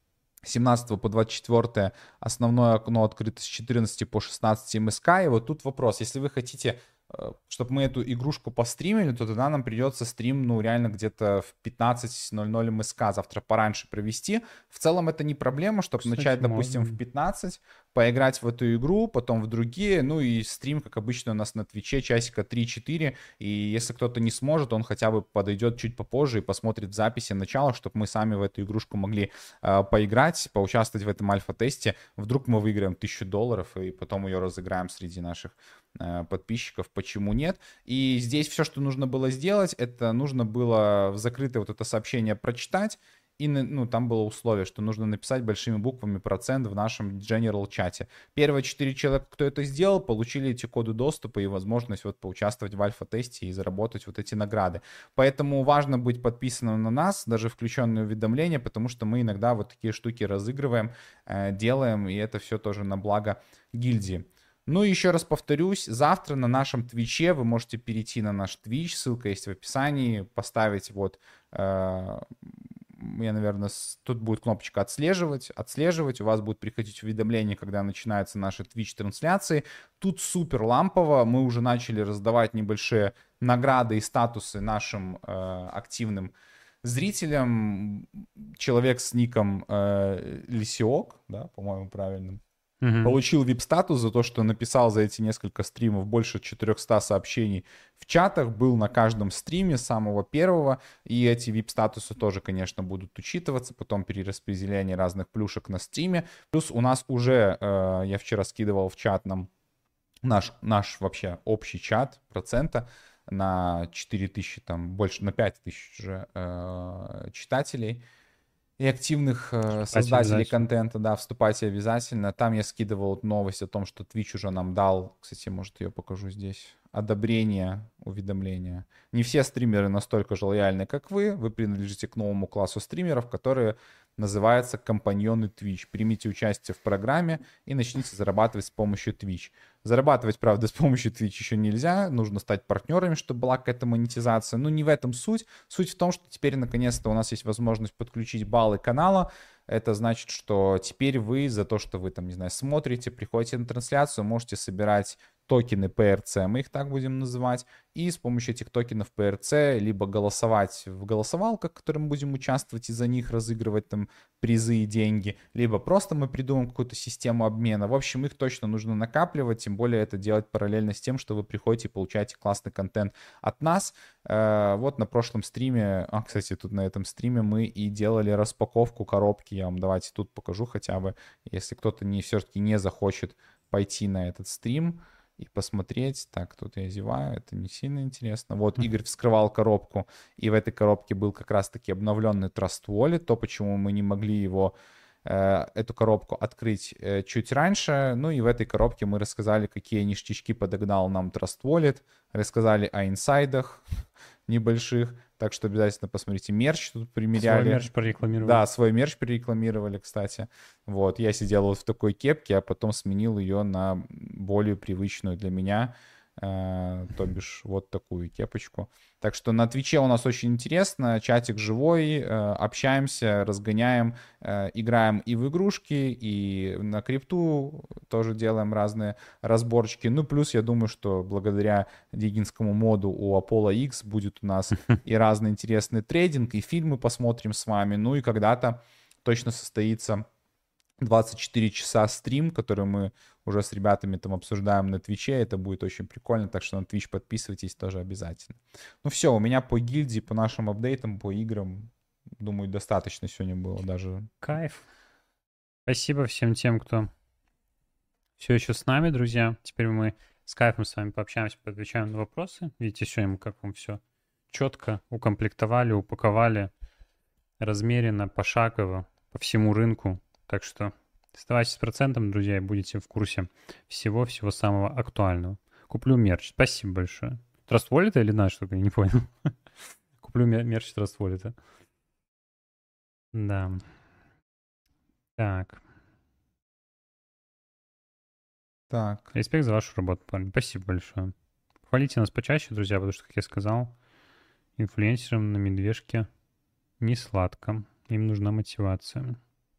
17 по 24 основное окно открыто с 14 по 16 МСК. И вот тут вопрос, если вы хотите, чтобы мы эту игрушку постримили, то тогда нам придется стрим, ну, реально где-то в 15:00 МСК завтра пораньше провести. В целом это не проблема, чтобы Кстати, начать, допустим, можно. в 15, поиграть в эту игру, потом в другие, ну и стрим, как обычно у нас на Твиче, часика 3-4, и если кто-то не сможет, он хотя бы подойдет чуть попозже и посмотрит в записи начала, чтобы мы сами в эту игрушку могли поиграть, поучаствовать в этом альфа-тесте. Вдруг мы выиграем $1000 и потом ее разыграем среди наших подписчиков, почему нет. И здесь все, что нужно было сделать, это нужно было в закрытое вот это сообщение прочитать, и, ну, там было условие, что нужно написать большими буквами процент в нашем general чате. Первые 4 человека, кто это сделал, получили эти коды доступа и возможность вот поучаствовать в альфа-тесте и заработать вот эти награды. Поэтому важно быть подписанным на нас, даже включенные уведомления, потому что мы иногда вот такие штуки разыгрываем, делаем, и это все тоже на благо гильдии. Ну и еще раз повторюсь, завтра на нашем Твиче вы можете перейти на наш Твич, ссылка есть в описании, поставить вот, я, наверное, тут будет кнопочка отслеживать, у вас будут приходить уведомления, когда начинаются наши Twitch-трансляции. Тут супер лампово, мы уже начали раздавать небольшие награды и статусы нашим активным зрителям. Человек с ником Лисиок, да, по-моему, правильно, получил VIP-статус за то, что написал за эти несколько стримов больше 400 сообщений в чатах, был на каждом стриме с самого первого, и эти VIP-статусы тоже, конечно, будут учитываться потом при распределении разных плюшек на стриме. Плюс у нас уже, я вчера скидывал в чат нам наш вообще общий чат процента на 4000, там больше, на 5000 уже читателей. И активных создателей контента, да, вступайте обязательно. Там я скидывал новость о том, что Twitch уже нам дал, кстати, может, ее покажу здесь, одобрение, уведомления. Не все стримеры настолько же лояльны, как вы принадлежите к новому классу стримеров, которые называются компаньоны Twitch. Примите участие в программе и начните зарабатывать с помощью Twitch. Зарабатывать, правда, с помощью Twitch еще нельзя. Нужно стать партнерами, чтобы была какая-то монетизация. Но не в этом суть. Суть в том, что теперь, наконец-то, у нас есть возможность подключить баллы канала. Это значит, что теперь вы за то, что вы там, не знаю, смотрите, приходите на трансляцию, можете собирать токены PRC, мы их так будем называть, и с помощью этих токенов PRC либо голосовать в голосовалках, в которых мы будем участвовать и за них разыгрывать там призы и деньги, либо просто мы придумаем какую-то систему обмена. В общем, их точно нужно накапливать, тем более это делать параллельно с тем, что вы приходите и получаете классный контент от нас. Вот на прошлом стриме, кстати, тут на этом стриме мы и делали распаковку коробки, я вам давайте тут покажу хотя бы, если кто-то все-таки не захочет пойти на этот стрим и посмотреть. Так, тут я зеваю, это не сильно интересно. Вот Игорь вскрывал коробку, и в этой коробке был как раз-таки обновленный Trust Wallet, то, почему мы не могли его, эту коробку открыть чуть раньше. Ну и в этой коробке мы рассказали, какие ништячки подогнал нам Trust Wallet, рассказали о инсайдах небольших. Так что обязательно посмотрите мерч, тут примеряли. Свой мерч прорекламировали. Да, свой мерч прорекламировали, кстати. Вот, я сидел вот в такой кепке, а потом сменил ее на более привычную для меня, то бишь вот такую кепочку. Так что на Твиче у нас очень интересно, чатик живой, общаемся, разгоняем, играем и в игрушки, и на крипту тоже делаем разные разборчики. Ну, плюс я думаю, что благодаря диггинскому моду у Apollo X будет у нас и разный интересный трейдинг, и фильмы посмотрим с вами. Ну и когда-то точно состоится 24 часа стрим, который мы уже с ребятами там обсуждаем на Твиче. Это будет очень прикольно, так что на Твич подписывайтесь тоже обязательно. Ну все, у меня по гильдии, по нашим апдейтам, по играм, думаю, достаточно сегодня было даже. Кайф. Спасибо всем тем, кто все еще с нами, друзья. Теперь мы с кайфом с вами пообщаемся, поотвечаем на вопросы. Видите, сегодня мы как вам все четко укомплектовали, упаковали, размеренно, пошагово, по всему рынку. Так что оставайтесь с процентом, друзья, и будете в курсе всего-всего самого актуального. Куплю мерч. Спасибо большое. Trust Wallet или наш, только я не понял. Куплю мерч Trust Wallet. Да. Так. Респект за вашу работу, парни. Спасибо большое. Хвалите нас почаще, друзья, потому что, как я сказал, инфлюенсерам на медвежке не сладко. Им нужна мотивация.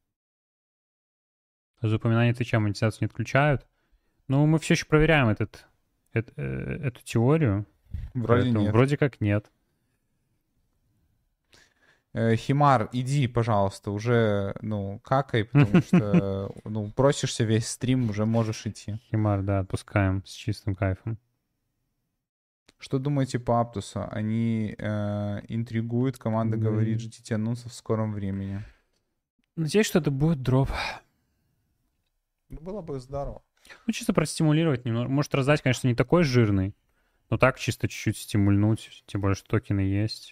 За упоминание Твича монетизацию не отключают. Но мы все еще проверяем эту теорию. Вроде нет. Вроде как нет. Химар, иди, пожалуйста, уже, какай, потому что, просишься весь стрим, уже можешь идти. Химар, да, отпускаем с чистым кайфом. Что думаете по Аптусу? Они интригуют, команда говорит, ждите анонсов в скором времени. Надеюсь, что это будет дроп. Было бы здорово. Ну, чисто простимулировать немного. Может, раздать, конечно, не такой жирный, но так чисто чуть-чуть стимульнуть, тем более, что токены есть.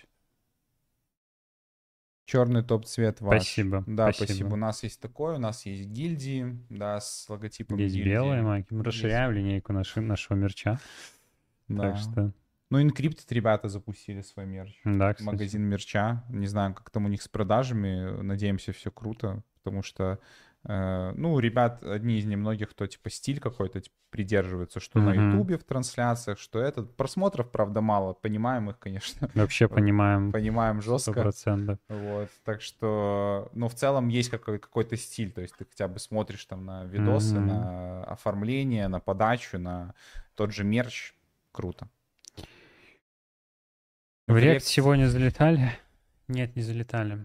Черный топ-цвет ваш. Спасибо. Да, спасибо. У нас есть такой, у нас есть гильдии, да, с логотипом есть гильдии. Белые маки. Мы расширяем линейку нашего мерча. Да. Так что... Ну, Encrypted ребята запустили свой мерч. Да, кстати. Магазин мерча. Не знаю, как там у них с продажами. Надеемся, все круто, потому что Ну, ребят, одни из немногих, кто, типа, стиль какой-то типа, придерживается, что на Мгм. Ютубе в трансляциях, что это. Просмотров, правда, мало, понимаем их, конечно, Вообще понимаем понимаем жестко. 100%. Вот, так что, ну, в целом есть какой-то стиль, то есть ты хотя бы смотришь там на видосы, Мгм. на оформление, на подачу, на тот же мерч. Круто. В В React React сегодня залетали? Нет, не залетали.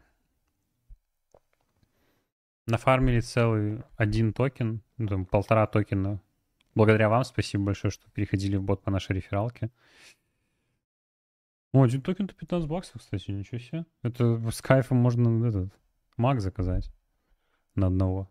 Нафармили целый один токен, ну, там 1,5 токена. Благодаря вам спасибо большое, что переходили в бот по нашей рефералке. О, один токен-то 15 баксов, кстати, ничего себе. Это с кайфом можно этот маг заказать на одного.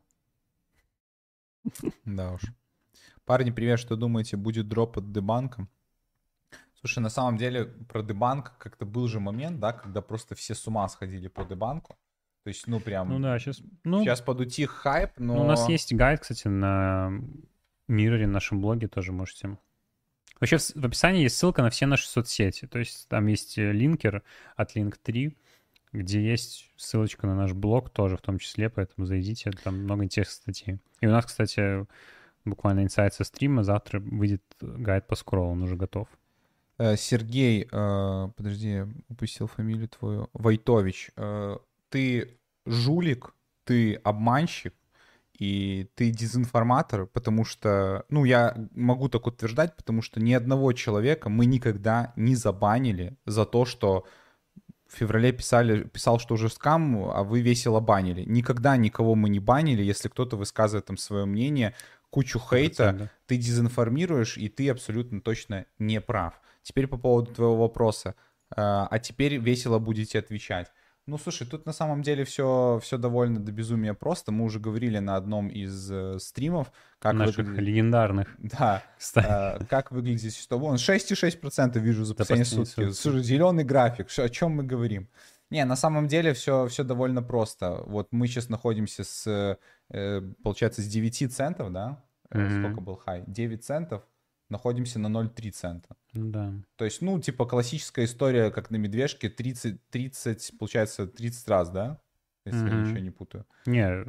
Да уж. Парни, привет, что думаете, будет дроп от дебанка? Слушай, на самом деле про дебанк как-то был же момент, да, когда просто все с ума сходили по дебанку. То есть, ну, Ну прям, да, сейчас... сейчас подутих хайп, Ну, у нас но... есть гайд, кстати, на Мироре, нашем блоге тоже можете. Вообще в описании есть ссылка на все наши соцсети. То есть там есть линкер от Link3, где есть ссылочка на наш блог тоже в том числе, поэтому зайдите, там много интересных статей. И у нас, кстати, буквально инсайд со стрима, завтра выйдет гайд по скроллу, он уже готов. Сергей, подожди, упустил фамилию твою, Войтович, ты жулик, ты обманщик, и ты дезинформатор, потому что, ну, я могу так утверждать, потому что ни одного человека мы никогда не забанили за то, что в феврале писал, что уже скам, а вы весело банили. Никогда никого мы не банили, если кто-то высказывает там свое мнение, кучу хейта, 100%. ты дезинформируешь, и ты абсолютно точно не прав. Теперь по поводу твоего вопроса. А теперь весело будете отвечать. Ну, слушай, тут на самом деле все довольно до безумия просто. Мы уже говорили на одном из стримов, как Наших выглядит... легендарных, Да, кстати, как выглядит что вон 6,6% вижу за за последние последние сутки. сутки. Слушай, зеленый график, о чем мы говорим? Не, на самом деле все довольно просто. Вот мы сейчас находимся получается, с 9 центов, да? Сколько Мгм. был хай? 9 центов. Находимся на 0,3 цента. Ну да. То есть, ну, типа классическая история, как на медвежке, 30, получается, 30 раз, да? Если я ничего Мгм. не путаю. Не,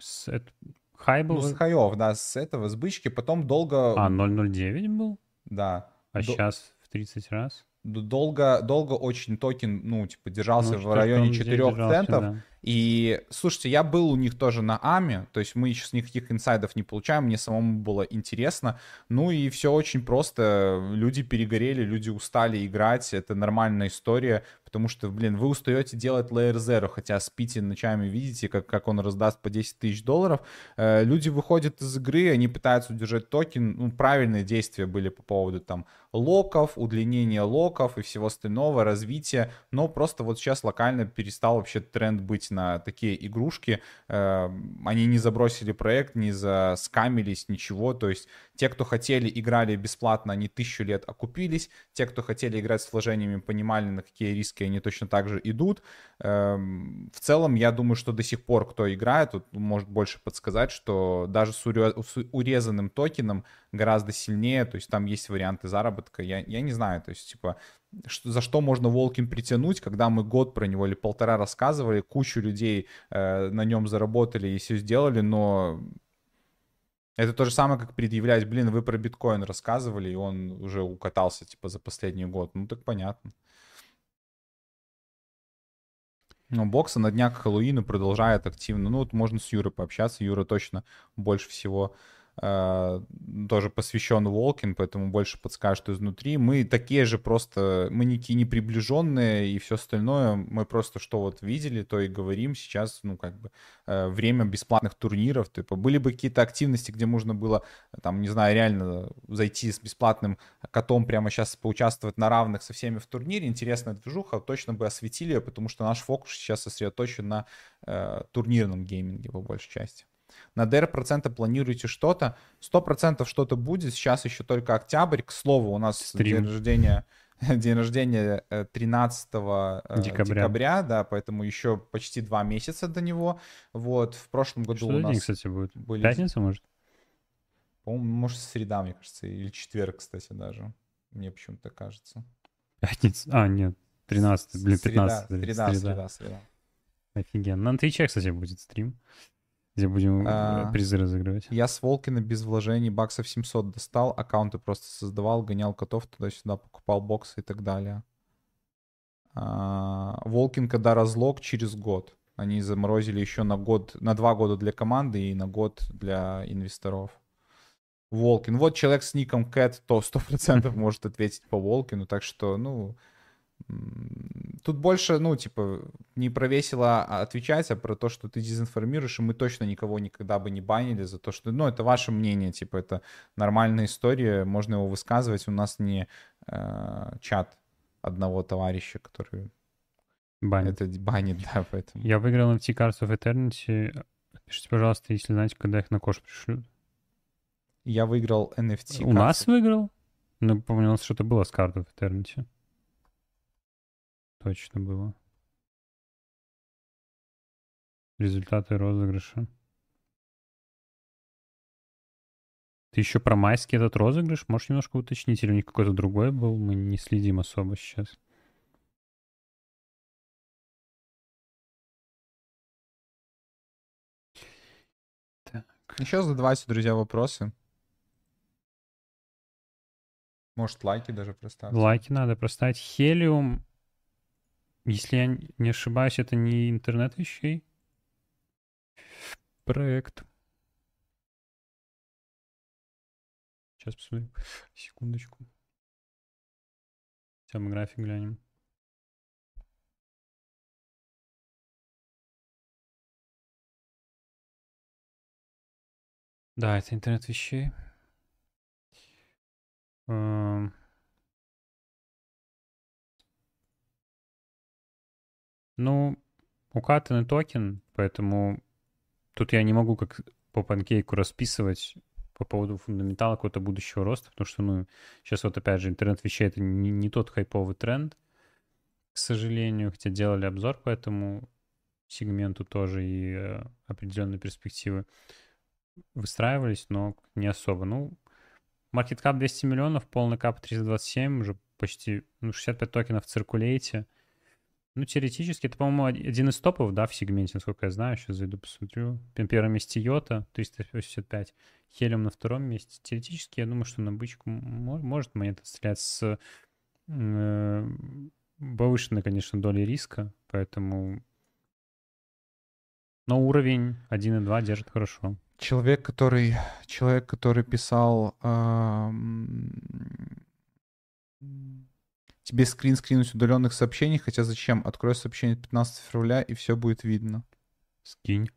хай Ну, с был... хаев, да, с этого, с бычки, потом долго, 0,09 был, да, а сейчас в 30 раз. долго очень токен, ну, типа, Ну, держался в четвертый районе он здесь 4 держался, центов. да. И, слушайте, я был у них тоже на АМе, то есть мы сейчас никаких инсайдов не получаем, мне самому было интересно. Ну и все очень просто, люди перегорели, люди устали играть, это нормальная история, потому что, блин, вы устаете делать Layer Zero, хотя спите ночами, видите, как он раздаст по 10 тысяч долларов. Люди выходят из игры, они пытаются удержать токен, ну, правильные действия были по поводу там локов, удлинения локов и всего остального, развития, но просто вот сейчас локально перестал вообще тренд быть на такие игрушки, они не забросили проект, не заскамились, ничего, то есть те, кто хотели, играли бесплатно, они 1000 лет окупились, те, кто хотели играть с вложениями, понимали, на какие риски они точно так же идут. В целом, я думаю, что до сих пор, кто играет, тут может больше подсказать, что даже с урезанным токеном гораздо сильнее, то есть там есть варианты заработка, я не знаю, то есть, типа, за что можно Волкин притянуть, когда мы год про него или полтора рассказывали, кучу людей на нем заработали и все сделали, но это то же самое, как предъявлять, блин, вы про биткоин рассказывали, и он уже укатался, типа, за последний год. Ну, так понятно. Ну, бокса на днях к Хэллоуину продолжает активно. Ну, вот можно с Юрой пообщаться. Юра точно больше всего э, тоже посвящен Волкин, поэтому больше подскажет изнутри. Мы такие же просто, мы не приближенные и все остальное. Мы просто что вот видели, то и говорим. Сейчас, ну, как бы, время бесплатных турниров. Типа, были бы какие-то активности, где можно было, там, не знаю, реально зайти с бесплатным котом прямо сейчас поучаствовать на равных со всеми в турнире. Интересная движуха, точно бы осветили ее, потому что наш фокус сейчас сосредоточен на турнирном гейминге по большей части. На DR процента планируете что-то? 100% что-то будет. Сейчас еще только октябрь. К слову, у нас Стрим день рождения 13 декабря. декабря, да, поэтому еще почти 2 месяца до него. Вот, в прошлом году Что у за день, нас кстати, будет? были, Пятница, может? по-моему, может, среда, мне кажется, или четверг, кстати, даже. Мне почему-то кажется. Пятница. А, нет. 13, блин, 15, Среда, среда, среда. среда, среда. Офигенно. На Твиче, кстати, будет стрим. где будем А, призы разыгрывать. Я с Волкина без вложений баксов 700 достал, аккаунты просто создавал, гонял котов туда-сюда, покупал боксы и так далее. Волкин, когда разлог через год. Они заморозили еще на год, на 2 года для команды и на год для инвесторов. Волкин. Вот человек с ником Cat, то 100% может ответить по Волкину, так что, ну, тут больше, ну, типа, не про весело отвечать, а про то, что ты дезинформируешь, и мы точно никого никогда бы не банили за то, что, ну, это ваше мнение, типа, это нормальная история, можно его высказывать, у нас не чат одного товарища, который Банит. это банит, да, поэтому. Я выиграл NFT Cards of Eternity. Пишите, пожалуйста, если знаете, когда их на кош пришлют. Я выиграл NFT. У нас выиграл? Ну, помню, у нас что-то было с Card of Eternity. Точно было. Результаты розыгрыша. Ты еще про майский этот розыгрыш можешь немножко уточнить? Или у них какой-то другой был? Мы не следим особо сейчас. Так. Еще задавайте, друзья, вопросы. Может, лайки даже проставьте. Лайки надо проставить. Helium, если я не ошибаюсь, это не интернет вещей. Проект. Сейчас посмотрим. Секундочку. Сейчас мы график глянем. Да, это интернет вещей. Ну, укатанный токен, поэтому тут я не могу как по панкейку расписывать по поводу фундаментала какого-то будущего роста, потому что, ну, сейчас вот опять же интернет вещей — это не тот хайповый тренд, к сожалению, хотя делали обзор по этому сегменту тоже и определенные перспективы выстраивались, но не особо. Ну, market cap 200 миллионов, полный кап 327, уже почти, ну, 65 токенов в циркулейте. Ну, теоретически, это, по-моему, один из топов, да, в сегменте, насколько я знаю. Сейчас зайду, посмотрю. На первом месте Йота, 385. Хелиум на втором месте. Теоретически, я думаю, что на бычку может монета стрелять с повышенной, конечно, долей риска, поэтому... Но уровень 1.2 держит хорошо. Человек, который писал... Тебе скринуть удаленных сообщений, хотя зачем? Открой сообщение 15 февраля, и все будет видно. Скинь.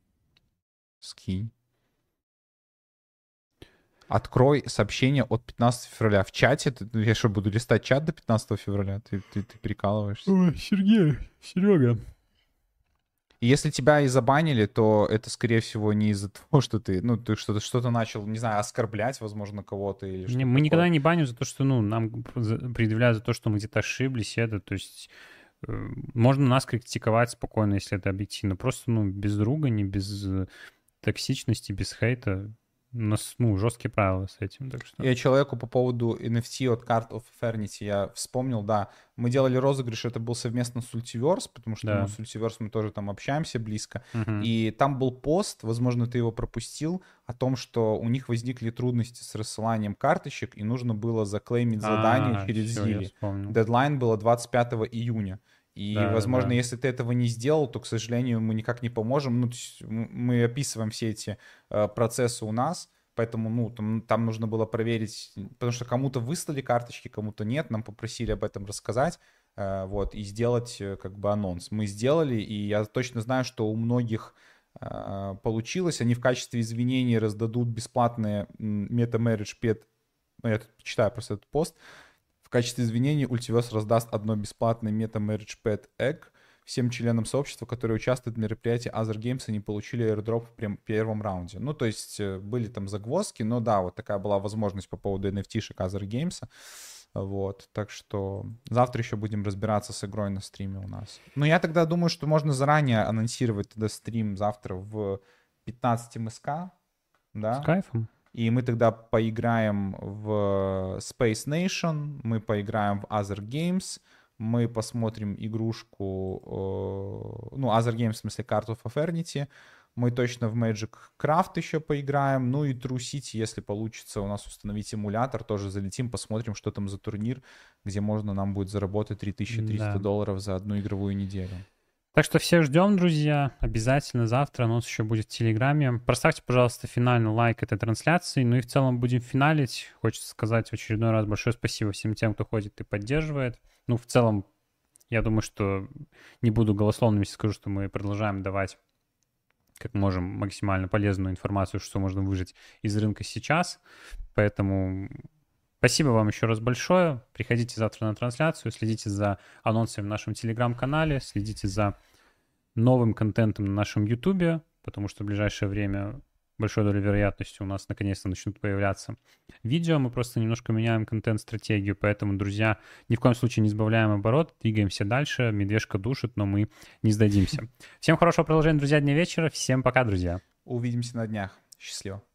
Открой сообщение от 15 февраля. В чате? Я что, буду листать чат до 15 февраля? Ты прикалываешься? Ой, Серега. И если тебя и забанили, то это, скорее всего, не из-за того, что ты что-то начал, не знаю, оскорблять, возможно, кого-то или что-то Мы такое. никогда не баним за то, что, ну, нам предъявляют за то, что мы где-то ошиблись, то есть можно нас критиковать спокойно, если это объективно. Просто, ну, без ругани, без токсичности, без хейта. У нас, ну, жесткие правила с этим, так что... Я человеку по поводу NFT от Card of Eternity я вспомнил, да, мы делали розыгрыш, это был совместно с Ultiverse, потому что, Да. ну, с Ultiverse мы тоже там общаемся близко, Мгм. и там был пост, возможно, ты его пропустил, о том, что у них возникли трудности с рассыланием карточек, и нужно было заклеймить задание через всё, я Zilli. вспомнил. Дедлайн было 25 июня. И, Да, возможно, да. если ты этого не сделал, то, к сожалению, мы никак не поможем. Ну, то есть мы описываем все эти процессы у нас, поэтому, ну, там нужно было проверить, потому что кому-то выслали карточки, кому-то нет, нам попросили об этом рассказать, вот, и сделать как бы анонс. Мы сделали, и я точно знаю, что у многих получилось. Они в качестве извинений раздадут бесплатные MetaMarriage Pet. Я тут читаю просто этот пост. В качестве извинений Ultiverse раздаст одно бесплатное MetaMarriage Pet Egg всем членам сообщества, которые участвуют в мероприятии Other Games и не получили airdrop в первом раунде. Ну, то есть были там загвоздки, но да, вот такая была возможность по поводу NFT-шек Other Games. Вот, так что завтра еще будем разбираться с игрой на стриме у нас. Но я тогда думаю, что можно заранее анонсировать тогда стрим завтра в 15 МСК, да? С кайфом. И мы тогда поиграем в Space Nation, мы поиграем в Other Games, мы посмотрим игрушку, ну, Other Games, в смысле, Card of Eternity, Мы точно в Magic Craft еще поиграем. Ну и True City, если получится у нас установить эмулятор, тоже залетим, посмотрим, что там за турнир, где можно нам будет заработать $3300 за одну игровую неделю. Так что всех ждем, друзья. Обязательно завтра анонс еще будет в Телеграме. Проставьте, пожалуйста, финальный лайк этой трансляции. Ну и в целом будем финалить. Хочется сказать в очередной раз большое спасибо всем тем, кто ходит и поддерживает. Ну, в целом, я думаю, что не буду голословным, если скажу, что мы продолжаем давать как можем максимально полезную информацию, что можно выжать из рынка сейчас. Поэтому спасибо вам еще раз большое. Приходите завтра на трансляцию, следите за анонсами в нашем Телеграм-канале, следите за новым контентом на нашем Ютубе, потому что в ближайшее время большой долей вероятности у нас наконец-то начнут появляться видео. Мы просто немножко меняем контент-стратегию, поэтому, друзья, ни в коем случае не сбавляем оборот, двигаемся дальше. Медвежка душит, но мы не сдадимся. Всем хорошего продолжения, друзья, дня вечера. Всем пока, друзья. Увидимся на днях. Счастливо.